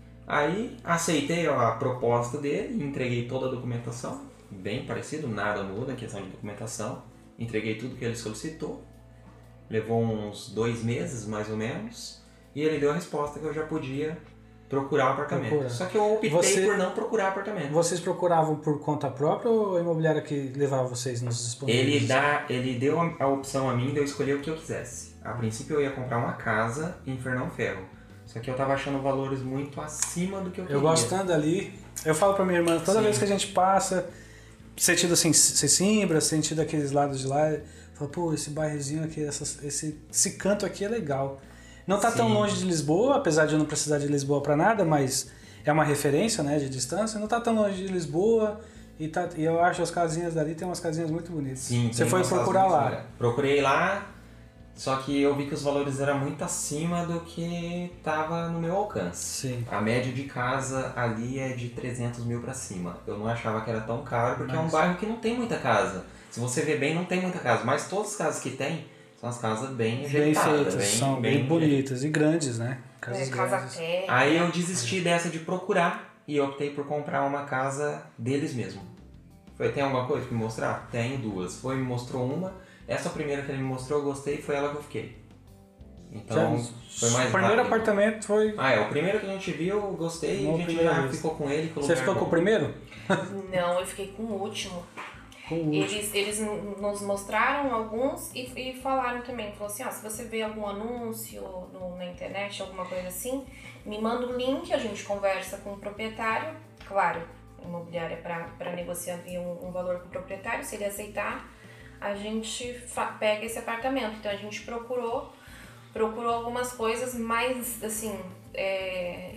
Aí aceitei a proposta dele, entreguei toda a documentação, bem parecido, nada muda em questão de documentação. Entreguei tudo que ele solicitou. Levou uns dois meses, mais ou menos, e ele deu a resposta que eu já podia procurar o apartamento. Procurar. Só que eu optei Você- por não procurar apartamento. Vocês procuravam por conta própria ou a imobiliária que levava vocês nos disponíveis? Ele, dá, ele deu a, a opção a mim de eu escolher o que eu quisesse. A princípio eu ia comprar uma casa em Fernão Ferro. Só que eu tava achando valores muito acima do que eu queria. Eu gostando ali, eu falo pra minha irmã, toda Sim. vez que a gente passa, sentido assim, Cecimbra, sentido aqueles lados de lá, eu falo, pô, esse bairrozinho aqui, essas- esse, esse canto aqui é legal. Não tá tão Sim. longe de Lisboa, apesar de eu não precisar de Lisboa pra nada, mas é uma referência, né, de distância. Não tá tão longe de Lisboa e, tá, e eu acho as casinhas dali, tem umas casinhas muito bonitas. Sim, Você tem foi umas procurar casas lá. muito legais. Procurei lá, só que eu vi que os valores eram muito acima do que tava no meu alcance. Sim. A média de casa ali é de trezentos mil pra cima. Eu não achava que era tão caro, porque é um Mas- bairro que não tem muita casa. Se você ver bem, não tem muita casa, mas todas as casas que tem são as casas bem Bem ajeitadas. feitas, são bem, bonitas e grandes, né? Casas É, casa grandes. terra. Aí eu desisti dessa de procurar e optei por comprar uma casa deles mesmo. Foi, tem alguma coisa pra me mostrar? Tenho duas. Foi, me mostrou uma. Essa primeira que ele me mostrou, eu gostei, foi ela que eu fiquei. Então, Já- foi mais O primeiro rápido. apartamento foi... Ah, é, o primeiro que a gente viu, eu gostei e Uma a gente primeira já vez. ficou com ele. Que o Você lugar ficou é com o bom. primeiro? Não, eu fiquei com o último. Com o último. Eles, eles n- nos mostraram alguns e, e falaram também, falou assim, ó, se você vê algum anúncio no- na internet, alguma coisa assim, me manda o link, a gente conversa com o proprietário, claro, imobiliária para negociar ali um, um valor com o proprietário, se ele aceitar, a gente fa- pega esse apartamento. Então a gente procurou, procurou algumas coisas, mas assim, é,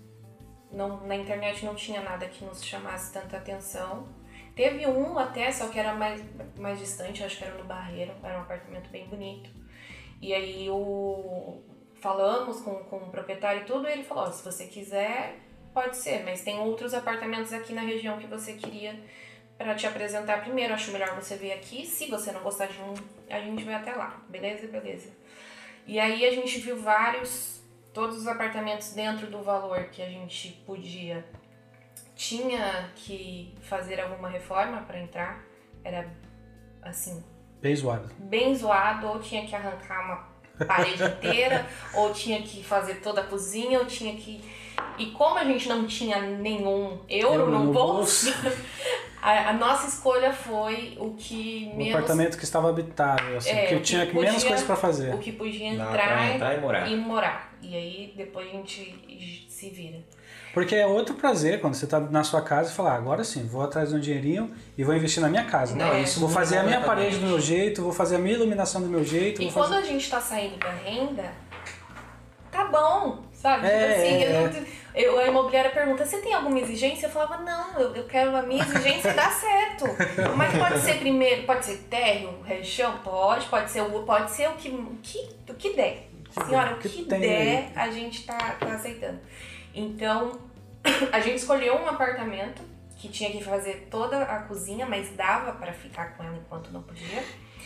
não, na internet não tinha nada que nos chamasse tanta atenção. Teve um até, só que era mais, mais distante, acho que era no Barreiro, era um apartamento bem bonito. E aí o, falamos com, com o proprietário e tudo, e ele falou, ó, se você quiser, pode ser, mas tem outros apartamentos aqui na região que você queria para te apresentar primeiro. Acho melhor você vir aqui, se você não gostar de um, a gente vai até lá, beleza? Beleza. E aí a gente viu vários, todos os apartamentos dentro do valor que a gente podia. Tinha que fazer alguma reforma para entrar, era assim, Bem zoado. bem zoado, ou tinha que arrancar uma parede inteira, ou tinha que fazer toda a cozinha, ou tinha que... E como a gente não tinha nenhum euro, Euro no no bolso, a, a nossa escolha foi o que Um menos... apartamento que estava habitável, assim, É, que o que tinha podia- menos coisa pra fazer. O que podia Dá entrar, pra entrar e morar. e morar. E aí depois a gente se vira. Porque é outro prazer quando você tá na sua casa e falar, agora sim, vou atrás de um dinheirinho e vou investir na minha casa. Não, É. isso Vou muda fazer a minha completamente. parede do meu jeito, vou fazer a minha iluminação do meu jeito. E vou fazer... quando a gente tá saindo da renda, tá bom, sabe? É, tipo assim, é, eu é. não- Eu, a imobiliária pergunta, você tem alguma exigência? Eu falava, não, eu, eu quero a minha exigência dar certo. Mas pode ser primeiro, pode ser térreo, rechão? Pode, pode ser o, pode ser o que, o que, o que der. Senhora, o que, que der, a gente tá, tá aceitando. Então, a gente escolheu um apartamento que tinha que fazer toda a cozinha, mas dava pra ficar com ela enquanto não podia.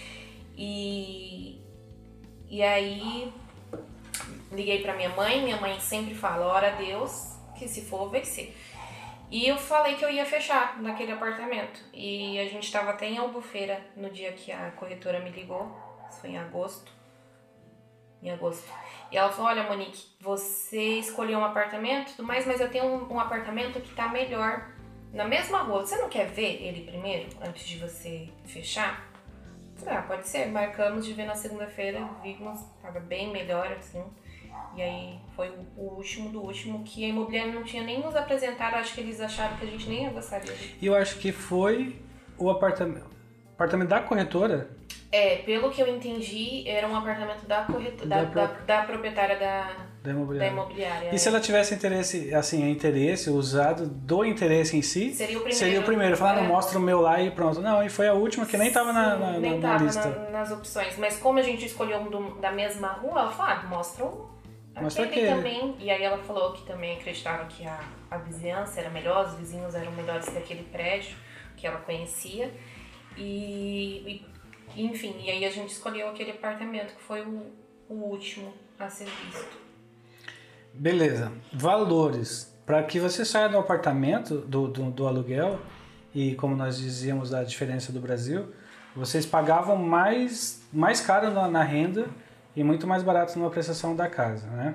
E, e aí... Liguei pra minha mãe, minha mãe sempre fala, ora a Deus, que se for, vai ser. E eu falei que eu ia fechar naquele apartamento. E a gente tava até em Albufeira no dia que a corretora me ligou, isso foi em agosto. Em agosto. E ela falou, olha Monique, você escolheu um apartamento, tudo mais, mas eu tenho um, um apartamento que tá melhor na mesma rua. Você não quer ver ele primeiro, antes de você fechar? Eu falei, ah, pode ser. Marcamos de ver na segunda-feira, vimos, tava bem melhor, assim. E aí foi o, o último do último, que a imobiliária não tinha nem nos apresentado, acho que eles acharam que a gente nem ia gostar dele. E eu acho que foi o apartamento, apartamento da corretora? É, pelo que eu entendi, era um apartamento da corretora, da, Da da, da proprietária da, Da imobiliária. da imobiliária. E se ela tivesse interesse, assim, interesse, usado do interesse em si, Seria o primeiro. seria o primeiro. Falar, É. não, mostra o meu lá e pronto. Não, e foi a última que nem tava na, na, nem na, na tava lista. na- nas opções. Mas como a gente escolheu um do- da mesma rua, ela falou, ah, mostra um. Mostra aquele aquele. também. E aí ela falou que também acreditava que a, a vizinhança era melhor, os vizinhos eram melhores que aquele prédio que ela conhecia. E, e enfim, e aí a gente escolheu aquele apartamento que foi o, o último a ser visto. Beleza. Valores. Para que você saia do apartamento, do, do, do aluguel, e como nós dizíamos a diferença do Brasil, vocês pagavam mais, mais caro na, na renda e muito mais barato numa prestação da casa, né?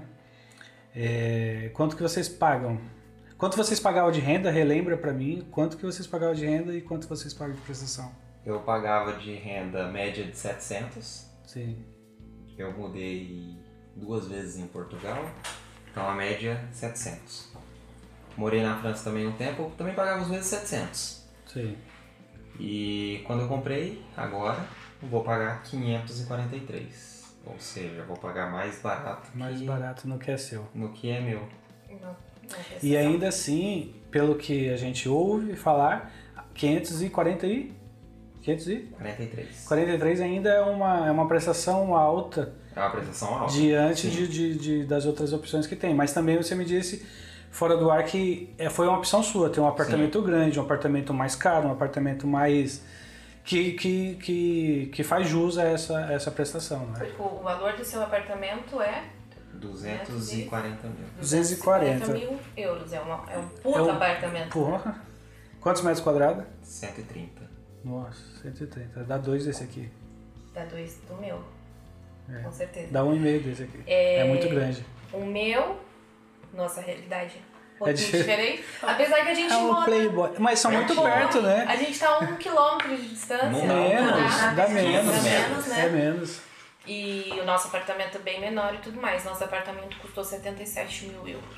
É, quanto que vocês pagam? Quanto vocês pagavam de renda? Relembra para mim. Quanto que vocês pagavam de renda e quanto vocês pagam de prestação? Eu pagava de renda média de setecentos. Sim. Eu mudei duas vezes em Portugal, então a média setecentos. Morei na França também um tempo, também pagava os mesmos setecentos. Sim. E quando eu comprei, agora, eu vou pagar quinhentos e quarenta e três. Ou seja, eu vou pagar mais barato Mais que barato no que é seu. no que é meu. Não, não E ainda assim, pelo que a gente ouve falar, quinhentos e quarenta e... quinhentos e quarenta e três. quarenta e três ainda é uma, é uma prestação alta É uma prestação alta. diante Sim. de, de, de- das outras opções que tem. Mas também você me disse, fora do ar, que é, foi uma opção sua. Ter um apartamento grande, um apartamento mais caro, um apartamento mais... Que, que, que, que faz jus a essa, a essa prestação, né? O, o valor do seu apartamento é duzentos e quarenta mil. duzentos e quarenta mil euros. É, uma, é um puta É um- apartamento. Porra! Quantos metros quadrados? cento e trinta. Nossa, cento e trinta. Dá dois desse aqui. Dá dois do meu, É. com certeza. Dá um e meio desse aqui. É, muito grande. O meu, nossa realidade um É pouquinho diferente. diferente. Apesar que a gente É um mora... playboy. Mas são muito perto, né? A gente tá a um quilômetro de distância. Não dá. Menos, Dá, dá menos. Dá menos, né? É menos. E o nosso apartamento é bem menor e tudo mais. Nosso apartamento custou setenta e sete mil euros.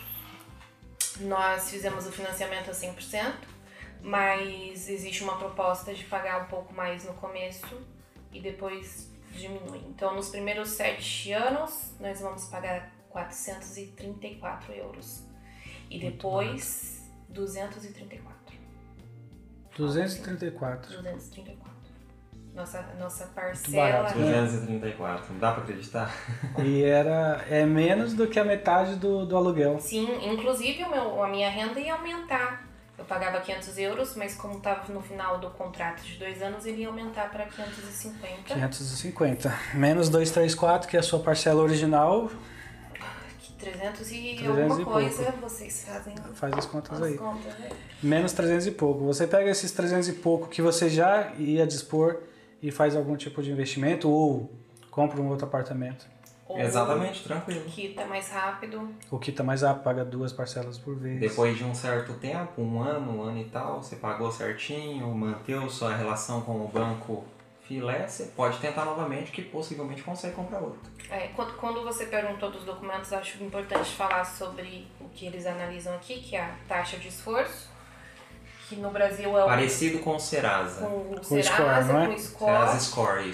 Nós fizemos o financiamento a cem por cento, mas existe uma proposta de pagar um pouco mais no começo e depois diminui. Então, nos primeiros sete anos, nós vamos pagar quatrocentos e trinta e quatro euros. E depois, duzentos e trinta e quatro. duzentos e trinta e quatro. duzentos e trinta e quatro. Nossa, nossa barato, parcela... né? duzentos e trinta e quatro. Não dá pra acreditar? E era, é menos do que a metade do, do aluguel. Sim, inclusive o meu, a minha renda ia aumentar. Eu pagava quinhentos euros, mas como estava no final do contrato de dois anos, ele ia aumentar para quinhentos e cinquenta. quinhentos e cinquenta. Menos duzentos e trinta e quatro, que é a sua parcela original. Que trezentos e trezentos alguma e coisa, pouco. vocês fazem Faz as contas as aí. contas, né? Menos trezentos e pouco. Você pega esses trezentos e pouco que você já ia dispor e faz algum tipo de investimento ou compra um outro apartamento. Ou Exatamente, tranquilo. quita mais rápido. O que tá mais rápido, paga duas parcelas por vez. Depois de um certo tempo, um ano, um ano e tal, você pagou certinho, manteve sua relação com o banco filé, você pode tentar novamente que possivelmente consegue comprar outro. É, quando, quando você perguntou dos documentos, acho importante falar sobre o que eles analisam aqui, que é a taxa de esforço, que no Brasil é o Parecido com o Serasa. com o Com o Serasa, score, não é? com o score, Serasa Score, isso.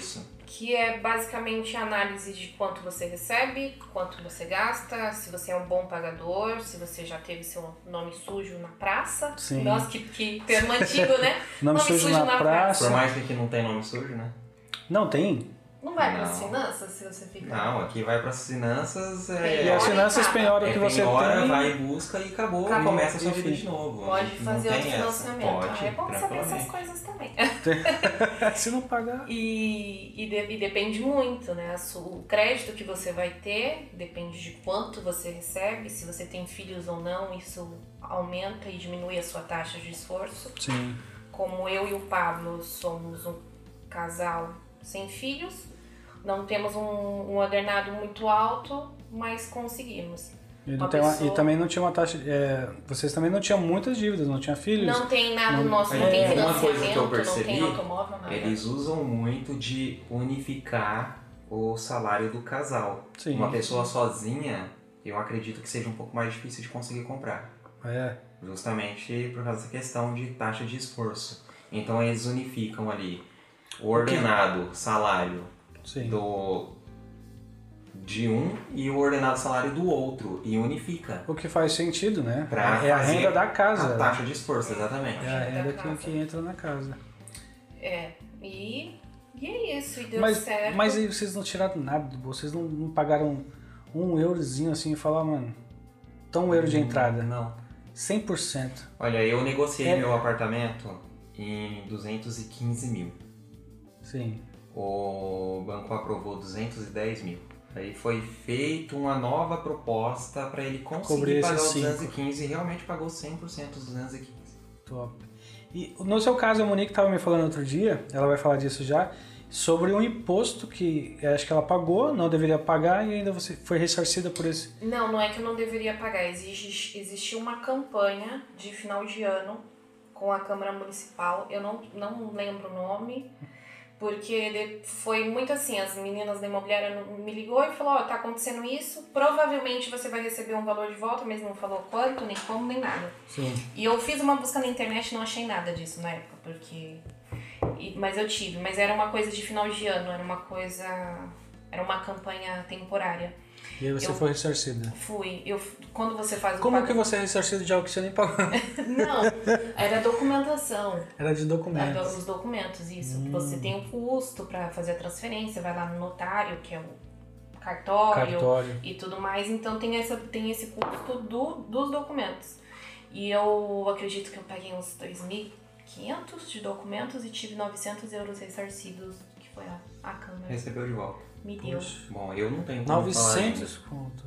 que é basicamente a análise de quanto você recebe, quanto você gasta, se você é um bom pagador, se você já teve seu nome sujo na praça. Sim. Nossa, que, que termo antigo, né? Nome, nome sujo, sujo na, na praça. Por mais que aqui não tem nome sujo, né? Não tem? Não vai para as finanças se você ficar... Não, aqui vai para as finanças... É... E as finanças penhora o que você penhora, tem... vai em busca e acabou, acabou. E começa a sua vida de novo. Pode fazer outro financiamento. Pode, ah, é bom saber essas coisas também. Se não pagar... E, e, de, e depende muito, né? O crédito que você vai ter depende de quanto você recebe. Se você tem filhos ou não, isso aumenta e diminui a sua taxa de esforço. Sim. Como eu e o Pablo somos um casal sem filhos, não temos um, um ordenado muito alto, mas conseguimos. E, não tem pessoa... uma, e também não tinha uma taxa... É, vocês também não tinham muitas dívidas, não tinham filhos? Não tem nada não, nosso, não é, tem financiamento, uma coisa que eu percebi, não tem automóvel, nada. Eles usam muito de unificar o salário do casal. Sim. Uma pessoa sozinha, eu acredito que seja um pouco mais difícil de conseguir comprar. É. Justamente por causa da questão de taxa de esforço. Então eles unificam ali o ordenado salário Sim. do de um e o ordenado salário do outro e unifica. O que faz sentido, né? Pra é a renda da casa. A taxa de esforço, exatamente. É a renda que, que entra na casa. É, e, e é isso, e deu mas, certo. Mas aí vocês não tiraram nada do bolso, vocês não, não pagaram um eurozinho assim e falaram, mano, tão um euro de entrada? Não. cem por cento. Olha, eu negociei é... meu apartamento em duzentos e quinze mil. Sim. O banco aprovou duzentos e dez mil. Aí foi feita uma nova proposta para ele conseguir pagar os duzentos e quinze e realmente pagou cem por cento dos duzentos e quinze. Top. E no seu caso, a Monique estava me falando outro dia, ela vai falar disso já, sobre um imposto que acho que ela pagou, não deveria pagar e ainda você foi ressarcida por esse... Não, não é que eu não deveria pagar. Existe, existe uma campanha de final de ano com a Câmara Municipal, eu não, não lembro o nome... Porque foi muito assim, as meninas da imobiliária me ligou e falou, ó, oh, tá acontecendo isso, provavelmente você vai receber um valor de volta, mas não falou quanto, nem como, nem nada. Sim. E eu fiz uma busca na internet e não achei nada disso na época, porque... E, mas eu tive, mas era uma coisa de final de ano, era uma coisa... Era uma campanha temporária. E aí você eu foi ressarcida? Fui. Eu, quando você faz o Como pagamento... que você é ressarcida de algo que você nem pagou? Não, era documentação. Era de documentos. Era os documentos, isso. Hum. Você tem um custo para fazer a transferência, vai lá no notário, que é o cartório, cartório. E tudo mais. Então tem, essa, tem esse custo do, dos documentos. E eu acredito que eu paguei uns dois mil e quinhentos de documentos e tive novecentos euros ressarcidos, que foi a, a Câmara. Recebeu de volta. Me deu. Puxa. Bom, eu não tenho como novecentos conto.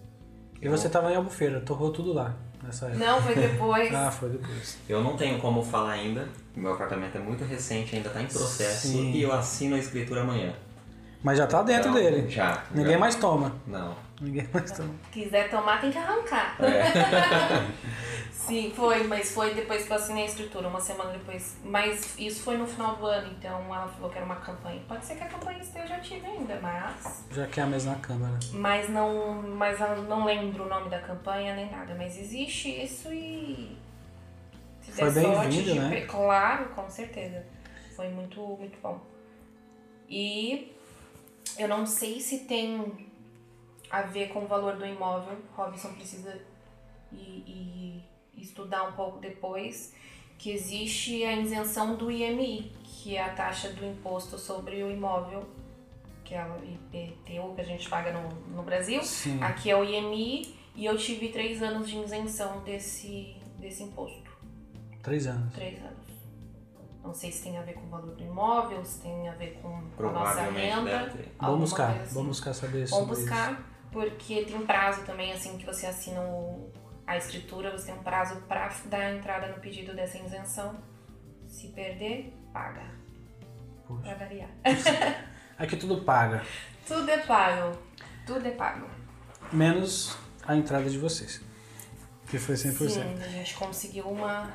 E você tava em Albufeira, torrou tudo lá nessa época. Não, foi depois. Ah, foi depois. Eu não tenho como falar ainda. Meu apartamento é muito recente, ainda tá em processo. Sim. E eu assino a escritura amanhã. Mas já tá dentro então, dele. Já. Ninguém já. mais toma. Não. Ninguém mais toma. Se quiser tomar, tem que arrancar. É. Sim, foi, mas foi depois que eu assinei a escritura, uma semana depois. Mas isso foi no final do ano, então ela falou que era uma campanha. Pode ser que a campanha esteja ativa ainda, mas... Já que é a mesma câmara. Mas não, mas eu não lembro o nome da campanha nem nada. Mas existe isso e... Se foi der sorte bem-vindo, de... né? Claro, com certeza. Foi muito, muito bom. E eu não sei se tem a ver com o valor do imóvel. Robson precisa ir... ir estudar um pouco depois, que existe a isenção do I M I, que é a taxa do imposto sobre o imóvel, que é o I P T U que a gente paga no, no Brasil. Sim. Aqui é o I M I e eu tive três anos de isenção desse, desse imposto. Três anos. Três anos. Não sei se tem a ver com o valor do imóvel, se tem a ver com a nossa renda. Vamos buscar, assim. vamos buscar saber isso. Vamos buscar, isso. Porque tem um prazo também, assim, que você assina o... a escritura, você tem um prazo para dar a entrada no pedido dessa isenção. Se perder, paga. Poxa. Pra variar. Aqui tudo paga. Tudo é pago. Tudo é pago. Menos a entrada de vocês, que foi cem por cento. Sim, a gente conseguiu uma...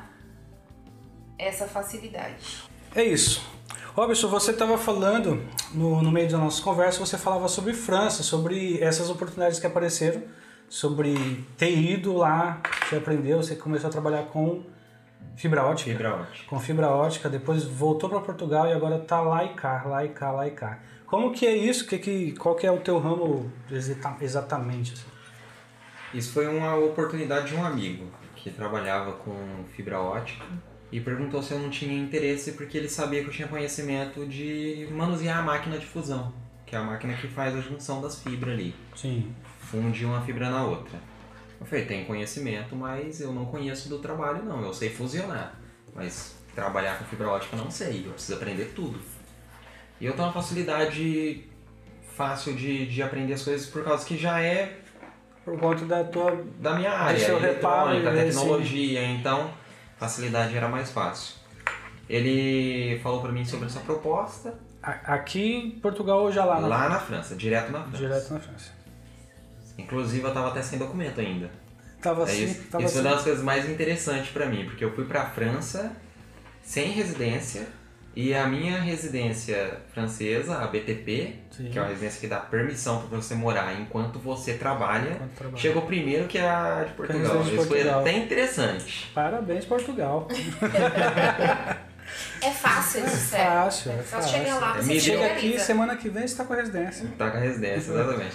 essa facilidade. É isso. Robson, você estava falando, no, no meio da nossa conversa, você falava sobre França, sobre essas oportunidades que apareceram, sobre ter ido lá, você aprendeu, você começou a trabalhar com fibra ótica. Fibra ótica. Com fibra ótica, depois voltou para Portugal e agora tá lá e cá, lá e cá, lá e cá. Como que é isso? Que, que, qual que é o teu ramo exata- exatamente? Assim? Isso foi uma oportunidade de um amigo que trabalhava com fibra ótica e perguntou se eu não tinha interesse porque ele sabia que eu tinha conhecimento de manusear a máquina de fusão, que é a máquina que faz a junção das fibras ali. Sim. Funde uma fibra na outra. Eu falei, tem conhecimento, mas eu não conheço do trabalho não, eu sei fusionar, mas trabalhar com fibra ótica eu não sei, eu preciso aprender tudo. E eu tenho uma facilidade fácil de, de aprender as coisas por causa que já é Por conta da tua... da minha área, seu reparo, eletrônica, né, tecnologia, então facilidade era mais fácil. Ele falou pra mim sobre essa proposta. A- Aqui em Portugal ou já lá na Lá na França, direto na França. Direto na França. Inclusive eu tava até sem documento ainda. Tava É assim, isso, tava isso assim. é uma das coisas mais interessantes pra mim, porque eu fui pra França sem residência e a minha residência francesa, a B T P, Sim. que é uma residência que dá permissão pra você morar enquanto você trabalha, Enquanto trabalha. chegou primeiro que a de Portugal. residência de Isso foi Portugal. até interessante. Parabéns, Portugal. É fácil isso, sério. fácil, é só fácil. chegar lá, É você mídia. Chega aqui, organiza. semana que vem você tá com a residência. Tá com a residência, exatamente.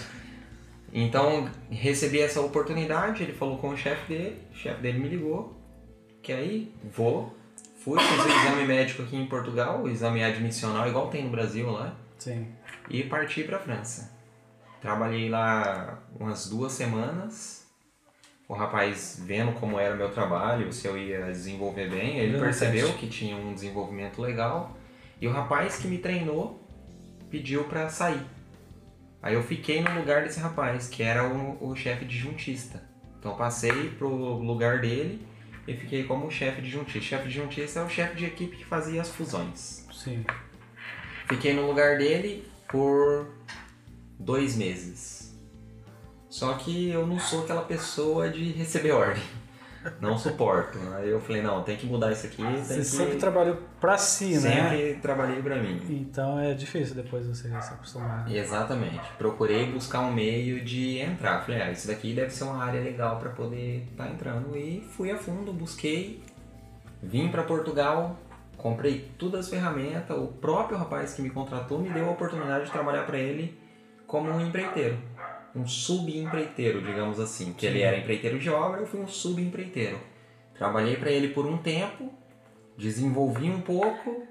Então, recebi essa oportunidade, ele falou com o chefe dele, o chefe dele me ligou, que aí, vou, fui, fiz o exame médico aqui em Portugal, o exame admissional, igual tem no Brasil lá, Sim. e parti pra França. Trabalhei lá umas duas semanas, o rapaz vendo como era o meu trabalho, se eu ia desenvolver bem, ele Deu percebeu teste. que tinha um desenvolvimento legal, e o rapaz que me treinou pediu pra sair. Aí eu fiquei no lugar desse rapaz, que era o, o chefe disjuntista. Então eu passei pro lugar dele e fiquei como chefe disjuntista. Chefe disjuntista é o chefe de equipe que fazia as fusões. Sim. Fiquei no lugar dele por dois meses. Só que eu não sou aquela pessoa de receber ordem. Não suporto. Aí eu falei, não, tem que mudar isso aqui. Tem Você que... sempre trabalhou pra si, né? Sempre trabalhei pra mim. Então é difícil depois você se acostumar. Exatamente. Procurei buscar um meio de entrar. Falei, ah, isso daqui deve ser uma área legal para poder estar entrando. E fui a fundo, busquei, vim para Portugal, comprei todas as ferramentas. O próprio rapaz que me contratou me deu a oportunidade de trabalhar para ele como um empreiteiro. Um subempreiteiro, digamos assim. Que ele era empreiteiro de obra, eu fui um subempreiteiro. Trabalhei para ele por um tempo, desenvolvi um pouco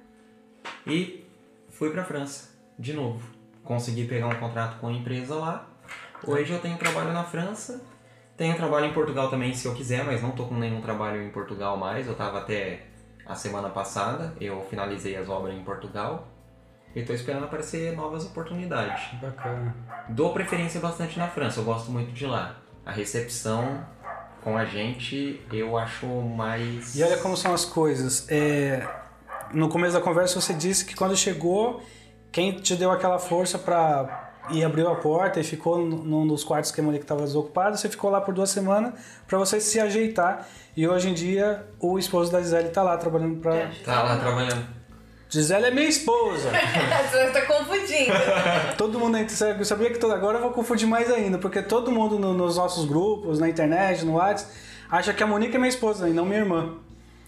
e fui para a França de novo. Consegui pegar um contrato com a empresa lá. Hoje eu tenho trabalho na França. Tenho trabalho em Portugal também se eu quiser, mas não estou com nenhum trabalho em Portugal mais. Eu estava até a semana passada, eu finalizei as obras em Portugal. E estou esperando aparecer novas oportunidades. Bacana. Dou preferência bastante na França, eu gosto muito de lá. A recepção com a gente eu acho mais... E olha como são as coisas. É, no começo da conversa você disse que quando chegou, quem te deu aquela força pra ir abriu a porta e ficou num dos quartos que a Monique estava desocupado, você ficou lá por duas semanas pra você se ajeitar. E hoje em dia o esposo da Gisele tá lá trabalhando pra... Tá lá trabalhando. Gisele é minha esposa. Você tá confundindo. Todo mundo, eu sabia que todo, agora eu vou confundir mais ainda, porque todo mundo no, nos nossos grupos, na internet, no WhatsApp, acha que a Monique é minha esposa e não minha irmã.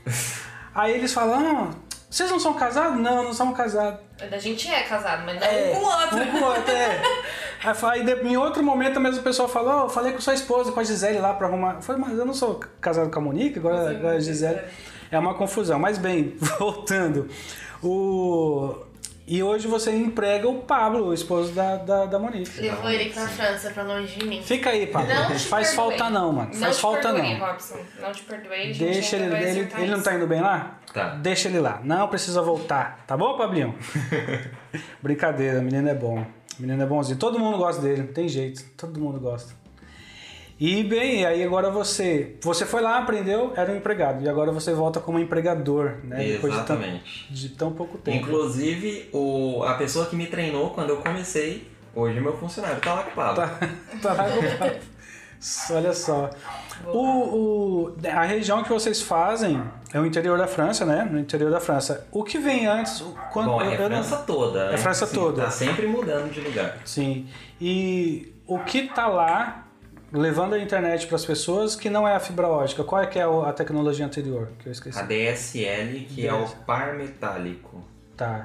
Aí eles falam, ah, vocês não são casados? Não, não somos casados. A gente é casado, mas não É, um com o outro. Um com o outro, é. Aí, fa- aí de- em outro momento mesmo o pessoal falou, oh, eu falei com sua esposa, com a Gisele lá pra arrumar. Eu falei, mas eu não sou casado com a Monique, agora, agora a Gisele. É uma confusão. Mas bem, voltando. O... E hoje você emprega o Pablo, o esposo da, da, da Monique. Levou ele pra França, pra longe de mim. Fica aí, Pablo. Não te Faz perdoei. falta não, mano. Não Faz te falta perdoei, não. Robson. Não te perdoei. A gente Deixa ele, ainda vai ele, acertar ele não tá isso. indo bem lá? Tá. Deixa ele lá. Não precisa voltar. Tá bom, Pablinho? Brincadeira, o menino é bom. O menino é bonzinho. Todo mundo gosta dele, não tem jeito. Todo mundo gosta. E bem, aí agora você... Você foi lá, aprendeu, era um empregado. E agora você volta como empregador, né? Depois de tão, Exatamente. de tão pouco tempo. Inclusive, o, a pessoa que me treinou quando eu comecei, hoje é meu funcionário, tá lá com o Pablo. Tá, tá lá com o Pablo. Olha só. O, o, a região que vocês fazem é o interior da França, né? No interior da França. O que vem antes? o- Quando, Bom, é eu- eu a não- França toda. É a né? França Sim, toda. Tá sempre mudando de lugar. Sim. E o que tá lá levando a internet para as pessoas que não é a fibra ótica? Qual é que é a tecnologia anterior que eu esqueci? A D S L, que é o par metálico. Tá.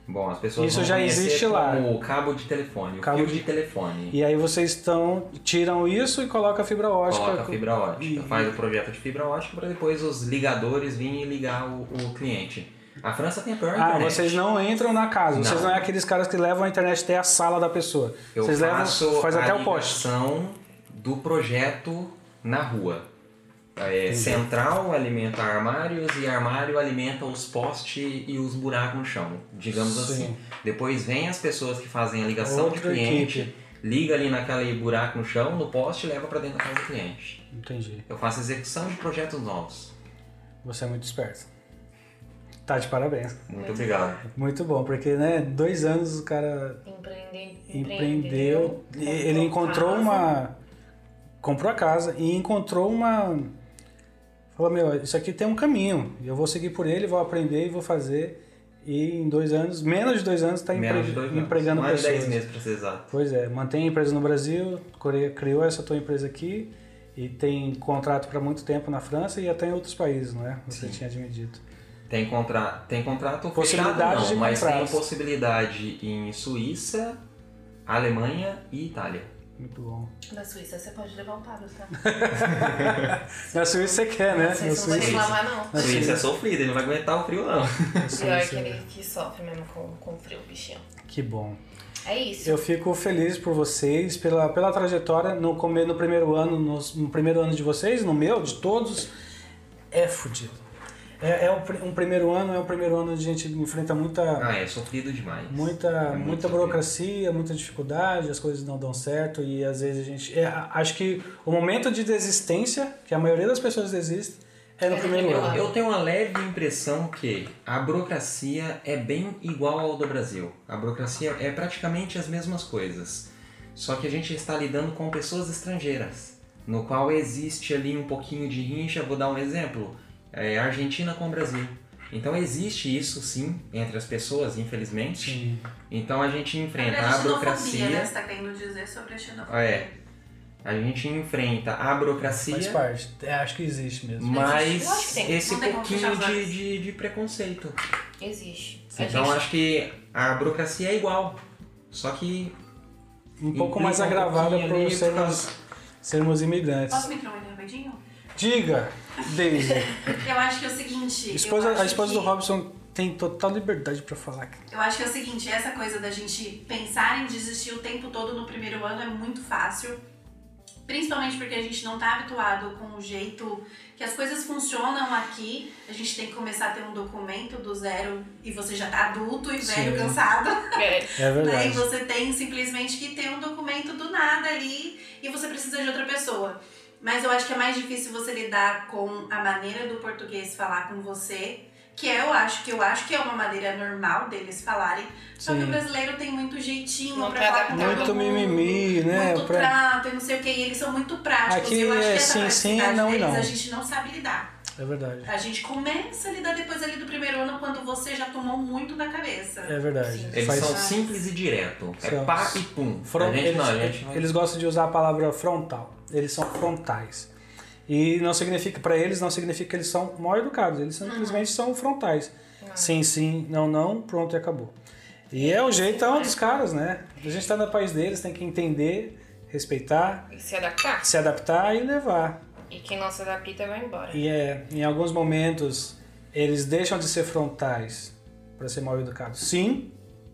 Bom, as pessoas Isso vão já conhecer existe lá. como o cabo de telefone, o Cabo fio de- de telefone. E aí vocês estão, tiram isso e colocam a fibra ótica. Coloca a fibra ótica, E- faz o projeto de fibra ótica para depois os ligadores virem ligar o, o cliente. A França tem a pior Ah, internet. vocês não entram na casa, vocês Não. não é aqueles caras que levam a internet até a sala da pessoa. Eu vocês faço levam, faz a até o poste. ligação do projeto na rua. É, central alimenta armários e armário alimenta os postes e os buracos no chão, digamos Sim. assim. Depois vem as pessoas que fazem a ligação Outra de cliente, equipe. liga ali naquele buraco no chão, no poste e leva para dentro da casa do cliente. Entendi. Eu faço execução de projetos novos. Você é muito esperto. Tá de parabéns. Muito obrigado. Muito bom, porque, né, dois anos o cara Empreende, empreendeu, empreendeu, ele encontrou casa. uma... Comprou a casa e encontrou uma... Falou, meu, isso aqui tem um caminho, eu vou seguir por ele, vou aprender e vou fazer. E em dois anos, menos de dois anos, está Menos de dois anos. empregando Mais de pessoas. dez meses para ser exato. Pois é, mantém a empresa no Brasil, Coreia criou essa tua empresa aqui e tem contrato para muito tempo na França e até em outros países, não é? Você Sim. tinha me dito. Tem, contra... tem contrato Possibilidade fechado de não, mas tem contratos. possibilidade em Suíça, Alemanha e Itália. Muito bom. Da Suíça você pode levar um Pablo, tá? Na Suíça você quer, né? Não sei Na se não vai Suíça. reclamar, não. Na Suíça Suíça. é sofrido, ele não vai aguentar o frio não. Na Pior Suíça. que ele que sofre mesmo com, com frio, bichinho. Que bom. É isso. Eu fico feliz por vocês, pela, pela trajetória no, come- no primeiro ano, no, no primeiro ano de vocês, no meu, de todos, é fudido. É, é um, pr- um primeiro ano, é um primeiro ano onde a gente enfrenta muita, Ah, é sofrido demais. muita, É muito muita sofrido. burocracia, muita dificuldade, as coisas não dão certo e às vezes a gente... é, acho que o momento de desistência, que a maioria das pessoas desiste, é no É no primeiro primeiro ano. Eu tenho uma leve impressão que a burocracia é bem igual ao do Brasil. A burocracia é praticamente as mesmas coisas. Só que a gente está lidando com pessoas estrangeiras, no qual existe ali um pouquinho de rincha. Vou dar um exemplo. É Argentina com o Brasil. Então existe isso sim entre as pessoas, infelizmente. Sim. Então a gente enfrenta a a burocracia. né? Você tá querendo dizer sobre a xenofobia. É. A gente enfrenta a burocracia, Faz parte. É, acho que existe mesmo. mas Lógico que tem. esse Não tem como pouquinho fechar os de, olhos. de, de preconceito. Existe. A Então gente- acho que a burocracia é igual. Só que Um pouco implica mais um agravada pouquinho por ali por sermos, causa- sermos imigrantes. Posso me interromper rapidinho? Diga, Daisy. Eu acho que é o seguinte. Esposa, eu acho a esposa que, do Robson tem total liberdade pra falar. Eu acho que é o seguinte, essa coisa da gente pensar em desistir o tempo todo no primeiro ano é muito fácil. Principalmente porque a gente não tá habituado com o jeito que as coisas funcionam aqui. A gente tem que começar a ter um documento do zero e você já tá adulto e velho, Sim. cansado. É, É Né? E verdade. você tem simplesmente que ter um documento do nada ali e você precisa de outra pessoa. Mas eu acho que é mais difícil você lidar com a maneira do português falar com você, que é, eu acho que eu acho que é uma maneira normal deles falarem. Só que Sim. o brasileiro tem muito jeitinho Não pra tá falar com todo Muito mundo. mimimi, né? Muito Pra- trato e não sei o que, e eles são muito práticos. Aqui e eu acho é que essa sim, sim, praticidade não e deles não. a gente não sabe lidar. É verdade. A gente começa a lidar depois ali do primeiro ano quando você já tomou muito na cabeça. É verdade. Sim. eles Faz- são simples e direto. É São- pá e pum. Fron- A gente eles, não, a gente vai- eles gostam de usar a palavra frontal. Eles são frontais. E não significa, para eles, não significa que eles são mal educados. Eles simplesmente são frontais. Sim, sim, não, não, pronto e acabou. E é o jeitão dos caras, né? A gente tá no país deles, tem que entender, respeitar, e se adaptar. se adaptar e levar. E quem não se adapta vai embora. E é, em alguns momentos, eles deixam de ser frontais para ser mal educados. Sim,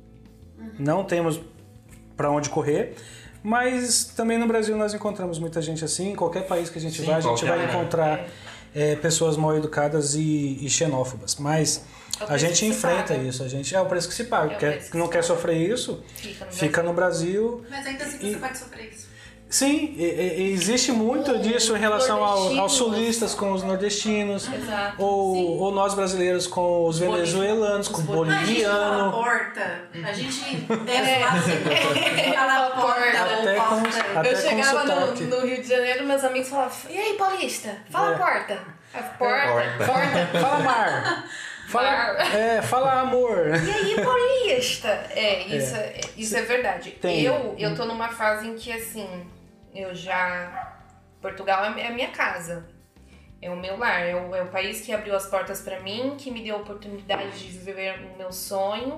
não temos para onde correr, mas também no Brasil nós encontramos muita gente assim. Em qualquer país que a gente Sim, vai, a gente qualquer vai área. encontrar é, pessoas mal educadas e, e xenófobas. Mas É o a preço gente que se enfrenta paga. isso. A gente, é o preço que se paga. É o Quer- preço que não se quer paga. sofrer isso, Fica no fica no Brasil. Mas ainda assim E- você pode sofrer isso. Sim, e- e- existe muito O disso em relação ao- aos nordestinos. sulistas com os nordestinos. Exato. Ou, ou nós brasileiros com os Boliv- venezuelanos, os com o boliv- A gente fala boliviano. porta, a gente É. é assim, fala porta Até ou com- porta. até Eu chegava no, sotaque. no Rio de Janeiro, meus amigos falavam, e aí, paulista? Fala É. porta. Eu, Porta, Porta. porta. Fala mar. Fala, Mar. é, fala amor. E aí, paulista? É, isso é, isso é verdade. Tem. Eu, eu tô numa fase em que, assim, eu já... Portugal é é a minha casa. É o meu lar. É o, é o país que abriu as portas pra mim, que me deu a oportunidade de viver o meu sonho.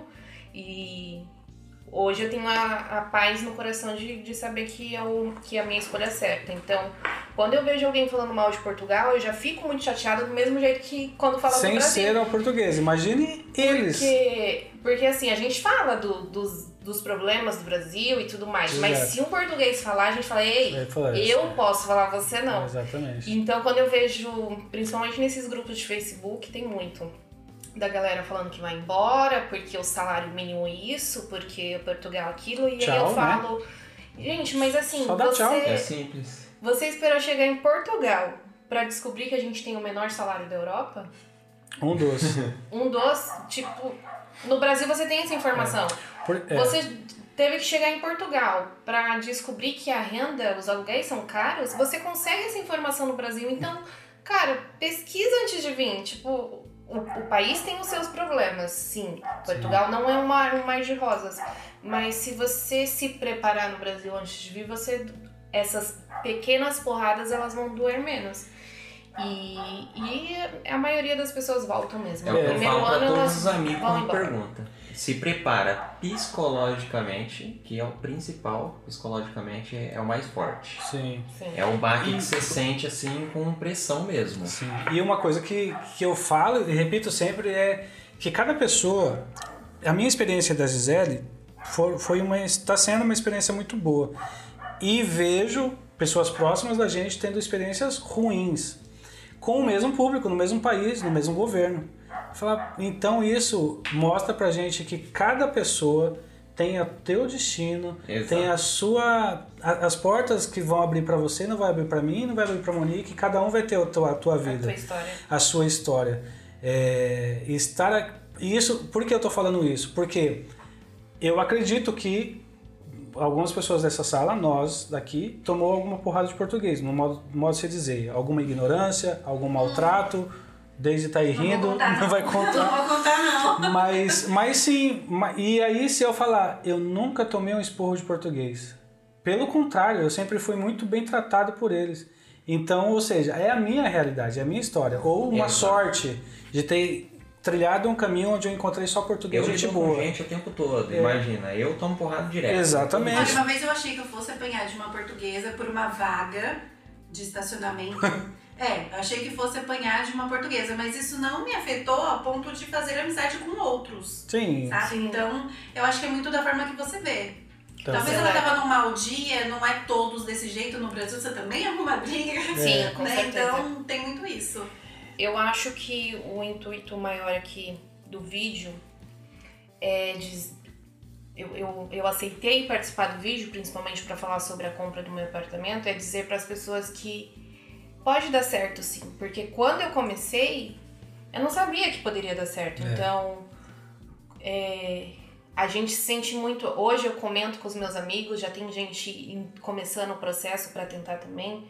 E hoje eu tenho a, a paz no coração de, de saber que, eu, que a minha escolha é certa. Então, quando eu vejo alguém falando mal de Portugal, eu já fico muito chateada do mesmo jeito que quando fala do Brasil. Sem ser ao português, imagine eles. Porque, porque assim, a gente fala do, dos, dos problemas do Brasil e tudo mais, Exato. mas se um português falar, a gente fala, ei, É, fala, eu posso falar, você não. Exatamente. Então, quando eu vejo, principalmente nesses grupos de Facebook, tem muito da galera falando que vai embora, porque o salário mínimo é isso, porque Portugal é aquilo, e Tchau, aí eu né? falo, gente, mas assim, Só dá você, tchau. É simples. você esperou chegar em Portugal pra descobrir que a gente tem o menor salário da Europa? Um dos. Um dos, tipo, no Brasil você tem essa informação. Por- é. Você teve que chegar em Portugal pra descobrir que a renda, os aluguéis são caros, você consegue essa informação no Brasil. Então, cara, pesquisa antes de vir. Tipo, o, o país tem os seus problemas, sim. Portugal não é um mar, um mar de rosas. Mas se você se preparar no Brasil antes de vir, você, essas pequenas porradas, elas vão doer menos. E, e a maioria das pessoas voltam mesmo. É o No que eu primeiro falo pra ano todos elas os amigos vão quando embora. pergunta. Se prepara psicologicamente, que é o principal, psicologicamente é o mais forte. Sim. Sim. É um baque que você sente assim com pressão mesmo. Sim. E uma coisa que, que eu falo e repito sempre é que cada pessoa, a minha experiência da Gisele foi, foi uma, está sendo uma experiência muito boa. E vejo pessoas próximas da gente tendo experiências ruins com o mesmo público, no mesmo país, no mesmo governo. Falar, então isso mostra pra gente que cada pessoa tem o teu destino, Exato. tem a sua, a- as portas que vão abrir pra você, não vai abrir pra mim, não vai abrir pra Monique, cada um vai ter a tua, a tua A vida, tua história. a sua história. É, estar a- isso, por que eu tô falando isso? Porque eu acredito que algumas pessoas dessa sala, nós daqui, tomou alguma porrada de português, no modo, no modo de se dizer, alguma ignorância, algum maltrato. Desde tá aí Não vou rindo, contar, não não. vai contar. Não vou contar, não. Mas, mas sim, ma- e aí se eu falar, eu nunca tomei um esporro de português. Pelo contrário, eu sempre fui muito bem tratado por eles. Então, ou seja, é a minha realidade, é a minha história. Ou uma Exato. sorte de ter trilhado um caminho onde eu encontrei só português Eu gente lido com boa. gente o tempo todo, É. imagina, eu tomo porrada direto. Exatamente. Olha, uma vez eu achei que eu fosse apanhar de uma portuguesa por uma vaga de estacionamento. É, eu achei que fosse apanhar de uma portuguesa, mas isso não me afetou a ponto de fazer amizade com outros, Sim. sabe? Sim. Então, eu acho que é muito da forma que você vê. Então, Talvez Sim. ela tava num mau dia, não é todos desse jeito. No Brasil você também arruma briga, Sim, com né? certeza. Então, tem muito isso. Eu acho que o intuito maior aqui do vídeo é de... Eu, eu, eu aceitei participar do vídeo, principalmente para falar sobre a compra do meu apartamento, é dizer para as pessoas que pode dar certo sim, porque quando eu comecei, eu não sabia que poderia dar certo. É. Então, é, a gente se sente muito... Hoje eu comento com os meus amigos, já tem gente em- começando o processo para tentar também.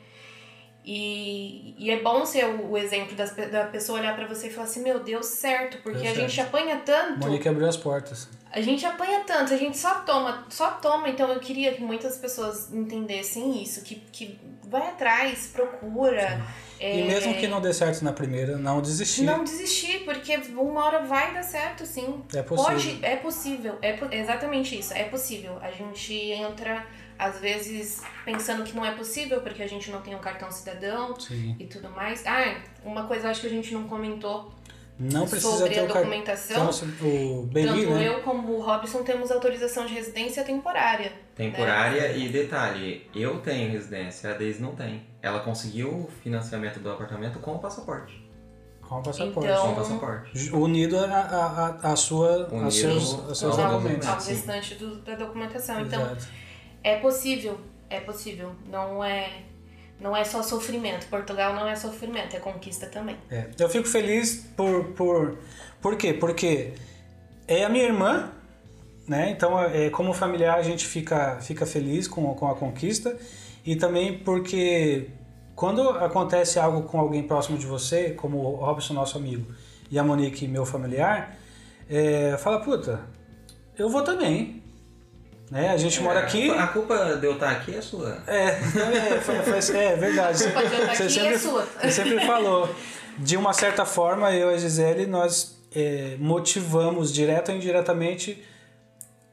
E, e é bom ser o, o exemplo das, pe- da pessoa olhar pra você e falar assim, meu Deus, certo, porque Deu a certo. gente apanha tanto, Monique abriu as portas. a gente apanha tanto, a gente só toma, só toma, então eu queria que muitas pessoas entendessem isso, que, que vai atrás, procura. é, E mesmo que não dê certo na primeira, não desistir. não desistir, porque uma hora vai dar certo, sim. É possível. Pode, é possível, é po- exatamente isso, é possível. A gente entra, às vezes, pensando que não é possível, porque a gente não tem um cartão cidadão Sim. e tudo mais. Ah, uma coisa acho que a gente não comentou Não precisa sobre ter a o cartão. documentação. O B I, Tanto né? eu como o Robson temos autorização de residência temporária. Temporária e detalhe, eu tenho residência, a Deise não tem. Ela conseguiu o financiamento do apartamento com o passaporte. Com o passaporte. Então- Com o passaporte. Unido a, a, a, a sua, Unido aos seus, ao- aos seus ao documentos. Ao Sim. restante do- da documentação. Então, Exato. é possível, é possível. Não é, não é só sofrimento. Portugal não é sofrimento, é conquista também. É. Eu fico feliz por, por... Por quê? Porque é a minha irmã, né? Então, é, como familiar, a gente fica, fica feliz com, com a conquista. E também porque quando acontece algo com alguém próximo de você, como o Robson, nosso amigo, e a Monique, meu familiar, é, fala, puta, eu vou também. Né? A gente mora aqui... A culpa de eu estar aqui é sua. É, é, foi, foi, é verdade. Você, Pode estar você aqui sempre, é sua. você sempre falou. De uma certa forma, eu e a Gisele, nós é, motivamos, direto ou indiretamente,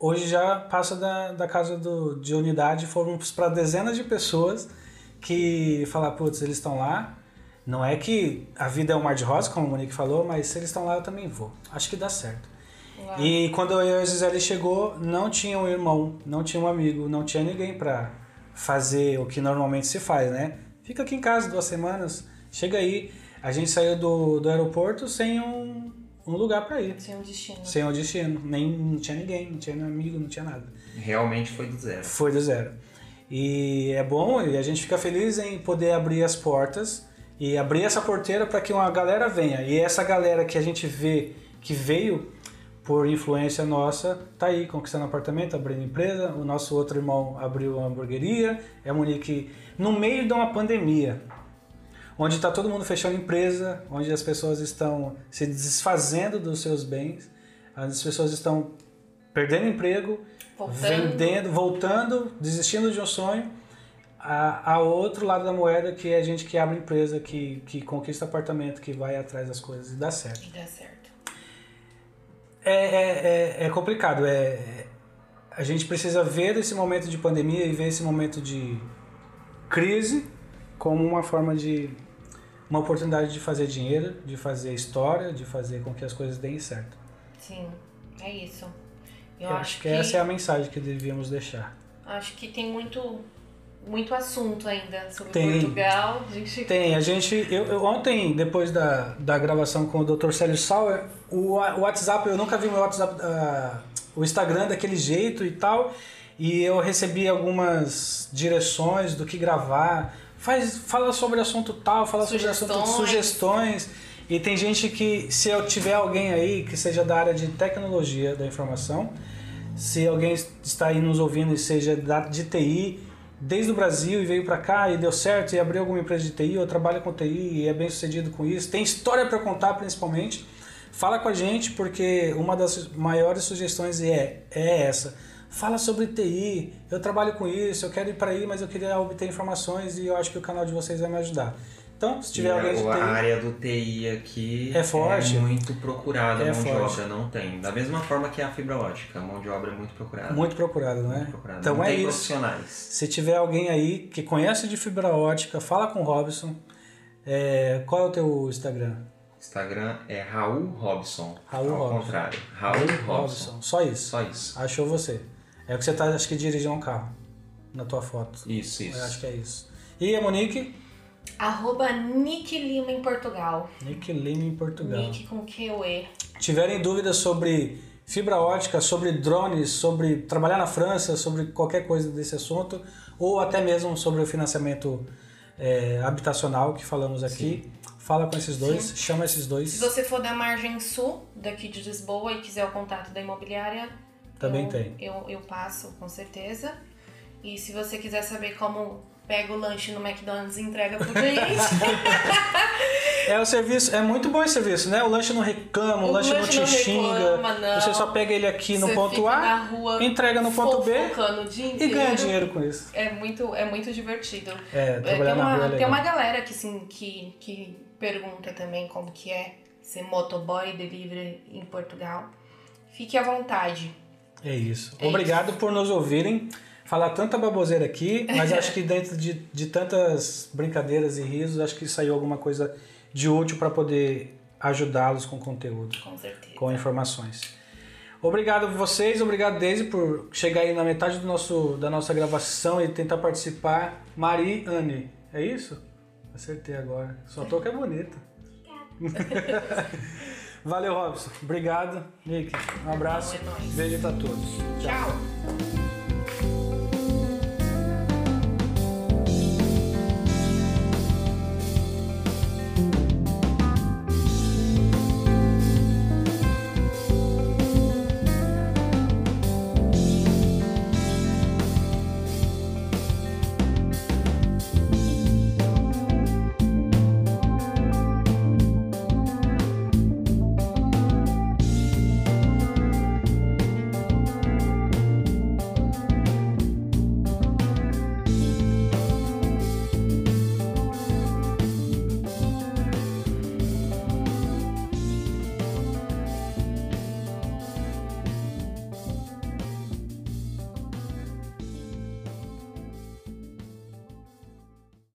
hoje já passa da, da casa do, de unidade, fomos para dezenas de pessoas que falam, putz, eles estão lá. Não é que a vida é um mar de rosa, como o Monique falou, mas se eles estão lá eu também vou. Acho que dá certo. Uau. E quando eu e a Gisele chegou, não tinha um irmão, não tinha um amigo, não tinha ninguém para fazer o que normalmente se faz, né? Fica aqui em casa duas semanas, chega aí. A gente saiu do, do aeroporto sem um, um lugar para ir. Sem um destino. Sem um destino. Nem, não tinha ninguém, não tinha amigo, não tinha nada. Realmente foi do zero. Foi do zero. E é bom, e a gente fica feliz em poder abrir as portas e abrir essa porteira para que uma galera venha. E essa galera que a gente vê que veio por influência nossa, tá aí conquistando apartamento, abrindo empresa. O nosso outro irmão abriu a hamburgueria. É a Monique no meio de uma pandemia, onde está todo mundo fechando empresa, onde as pessoas estão se desfazendo dos seus bens, onde as pessoas estão perdendo emprego, voltando. vendendo, voltando, desistindo de um sonho. A, a outro lado da moeda, que é a gente que abre empresa, que, que conquista apartamento, que vai atrás das coisas e dá certo. E dá certo. É, é, é, é complicado. É, a gente precisa ver esse momento de pandemia e ver esse momento de crise como uma forma de... uma oportunidade de fazer dinheiro, de fazer história, de fazer com que as coisas deem certo. Sim, é isso. Eu, Eu acho, acho que, que essa é a mensagem que devíamos deixar. Acho que tem muito, muito assunto ainda sobre tem, Portugal. A gente... Tem, a gente... Eu, eu, ontem, depois da, da gravação com o doutor Célio Sauer, o, o WhatsApp, eu nunca vi meu WhatsApp, uh, o Instagram daquele jeito e tal, e eu recebi algumas direções do que gravar. Faz, fala sobre assunto tal, fala sugestões. sobre assunto sugestões. E tem gente que, se eu tiver alguém aí que seja da área de tecnologia da informação, se alguém está aí nos ouvindo e seja da, de T I, desde o Brasil e veio para cá e deu certo e abriu alguma empresa de T I ou trabalha com T I e é bem sucedido com isso, tem história para contar principalmente, fala com a gente, porque uma das maiores sugestões é, é essa. Fala sobre T I, eu trabalho com isso, eu quero ir para aí, mas eu queria obter informações e eu acho que o canal de vocês vai me ajudar. Então, se tiver e alguém de T I... A área do T I aqui é, forte, é muito procurada, é a mão forte. de obra não tem. Da mesma forma que a fibra ótica, a mão de obra é muito procurada. Muito procurada, não é? Muito procurada. Então não é tem isso. Profissionais. Se tiver alguém aí que conhece de fibra ótica, fala com o Robson. É, qual é o teu Instagram? Instagram é Raul Robson. Raul Ao Robson. contrário. Raul Robson. Robson. Só isso? Só isso. Achou você. É o que você está, acho que, dirigindo um carro na tua foto. Isso, isso. Eu acho que é isso. E a Monique? Arroba Nick Lima em Portugal. Nick Lima em Portugal. Nick com Q U E. Tiverem dúvidas sobre fibra ótica, sobre drones, sobre trabalhar na França, sobre qualquer coisa desse assunto, ou até mesmo sobre o financiamento é, habitacional que falamos aqui, sim, fala com esses dois, sim, chama esses dois. Se você for da margem sul, daqui de Lisboa, e quiser o contato da imobiliária, também eu, tem. Eu, eu passo, com certeza. E se você quiser saber como pega o lanche no McDonald's e entrega pro cliente... É, o serviço, é muito bom esse serviço, né? O lanche não reclama, o, o lanche, lanche não te não xinga. Reclama, não. Você só pega ele aqui no você ponto A, rua, entrega no ponto B e ganha dinheiro com isso. É muito, é muito divertido. É, trabalhar tem uma, na rua é legal. Tem uma galera que, assim, que, que pergunta também como que é ser motoboy delivery em Portugal. Fique à vontade. É isso. É Obrigado isso. por nos ouvirem falar tanta baboseira aqui, mas acho que dentro de, de tantas brincadeiras e risos, acho que saiu alguma coisa de útil para poder ajudá-los com conteúdo, com certeza, com informações. Obrigado a vocês, obrigado Daisy por chegar aí na metade do nosso, da nossa gravação e tentar participar. Mariane, é isso? Acertei agora, só tô que é bonita. Valeu, Robson, obrigado. Nick, um abraço, é nóis. Beijo para todos. Tchau.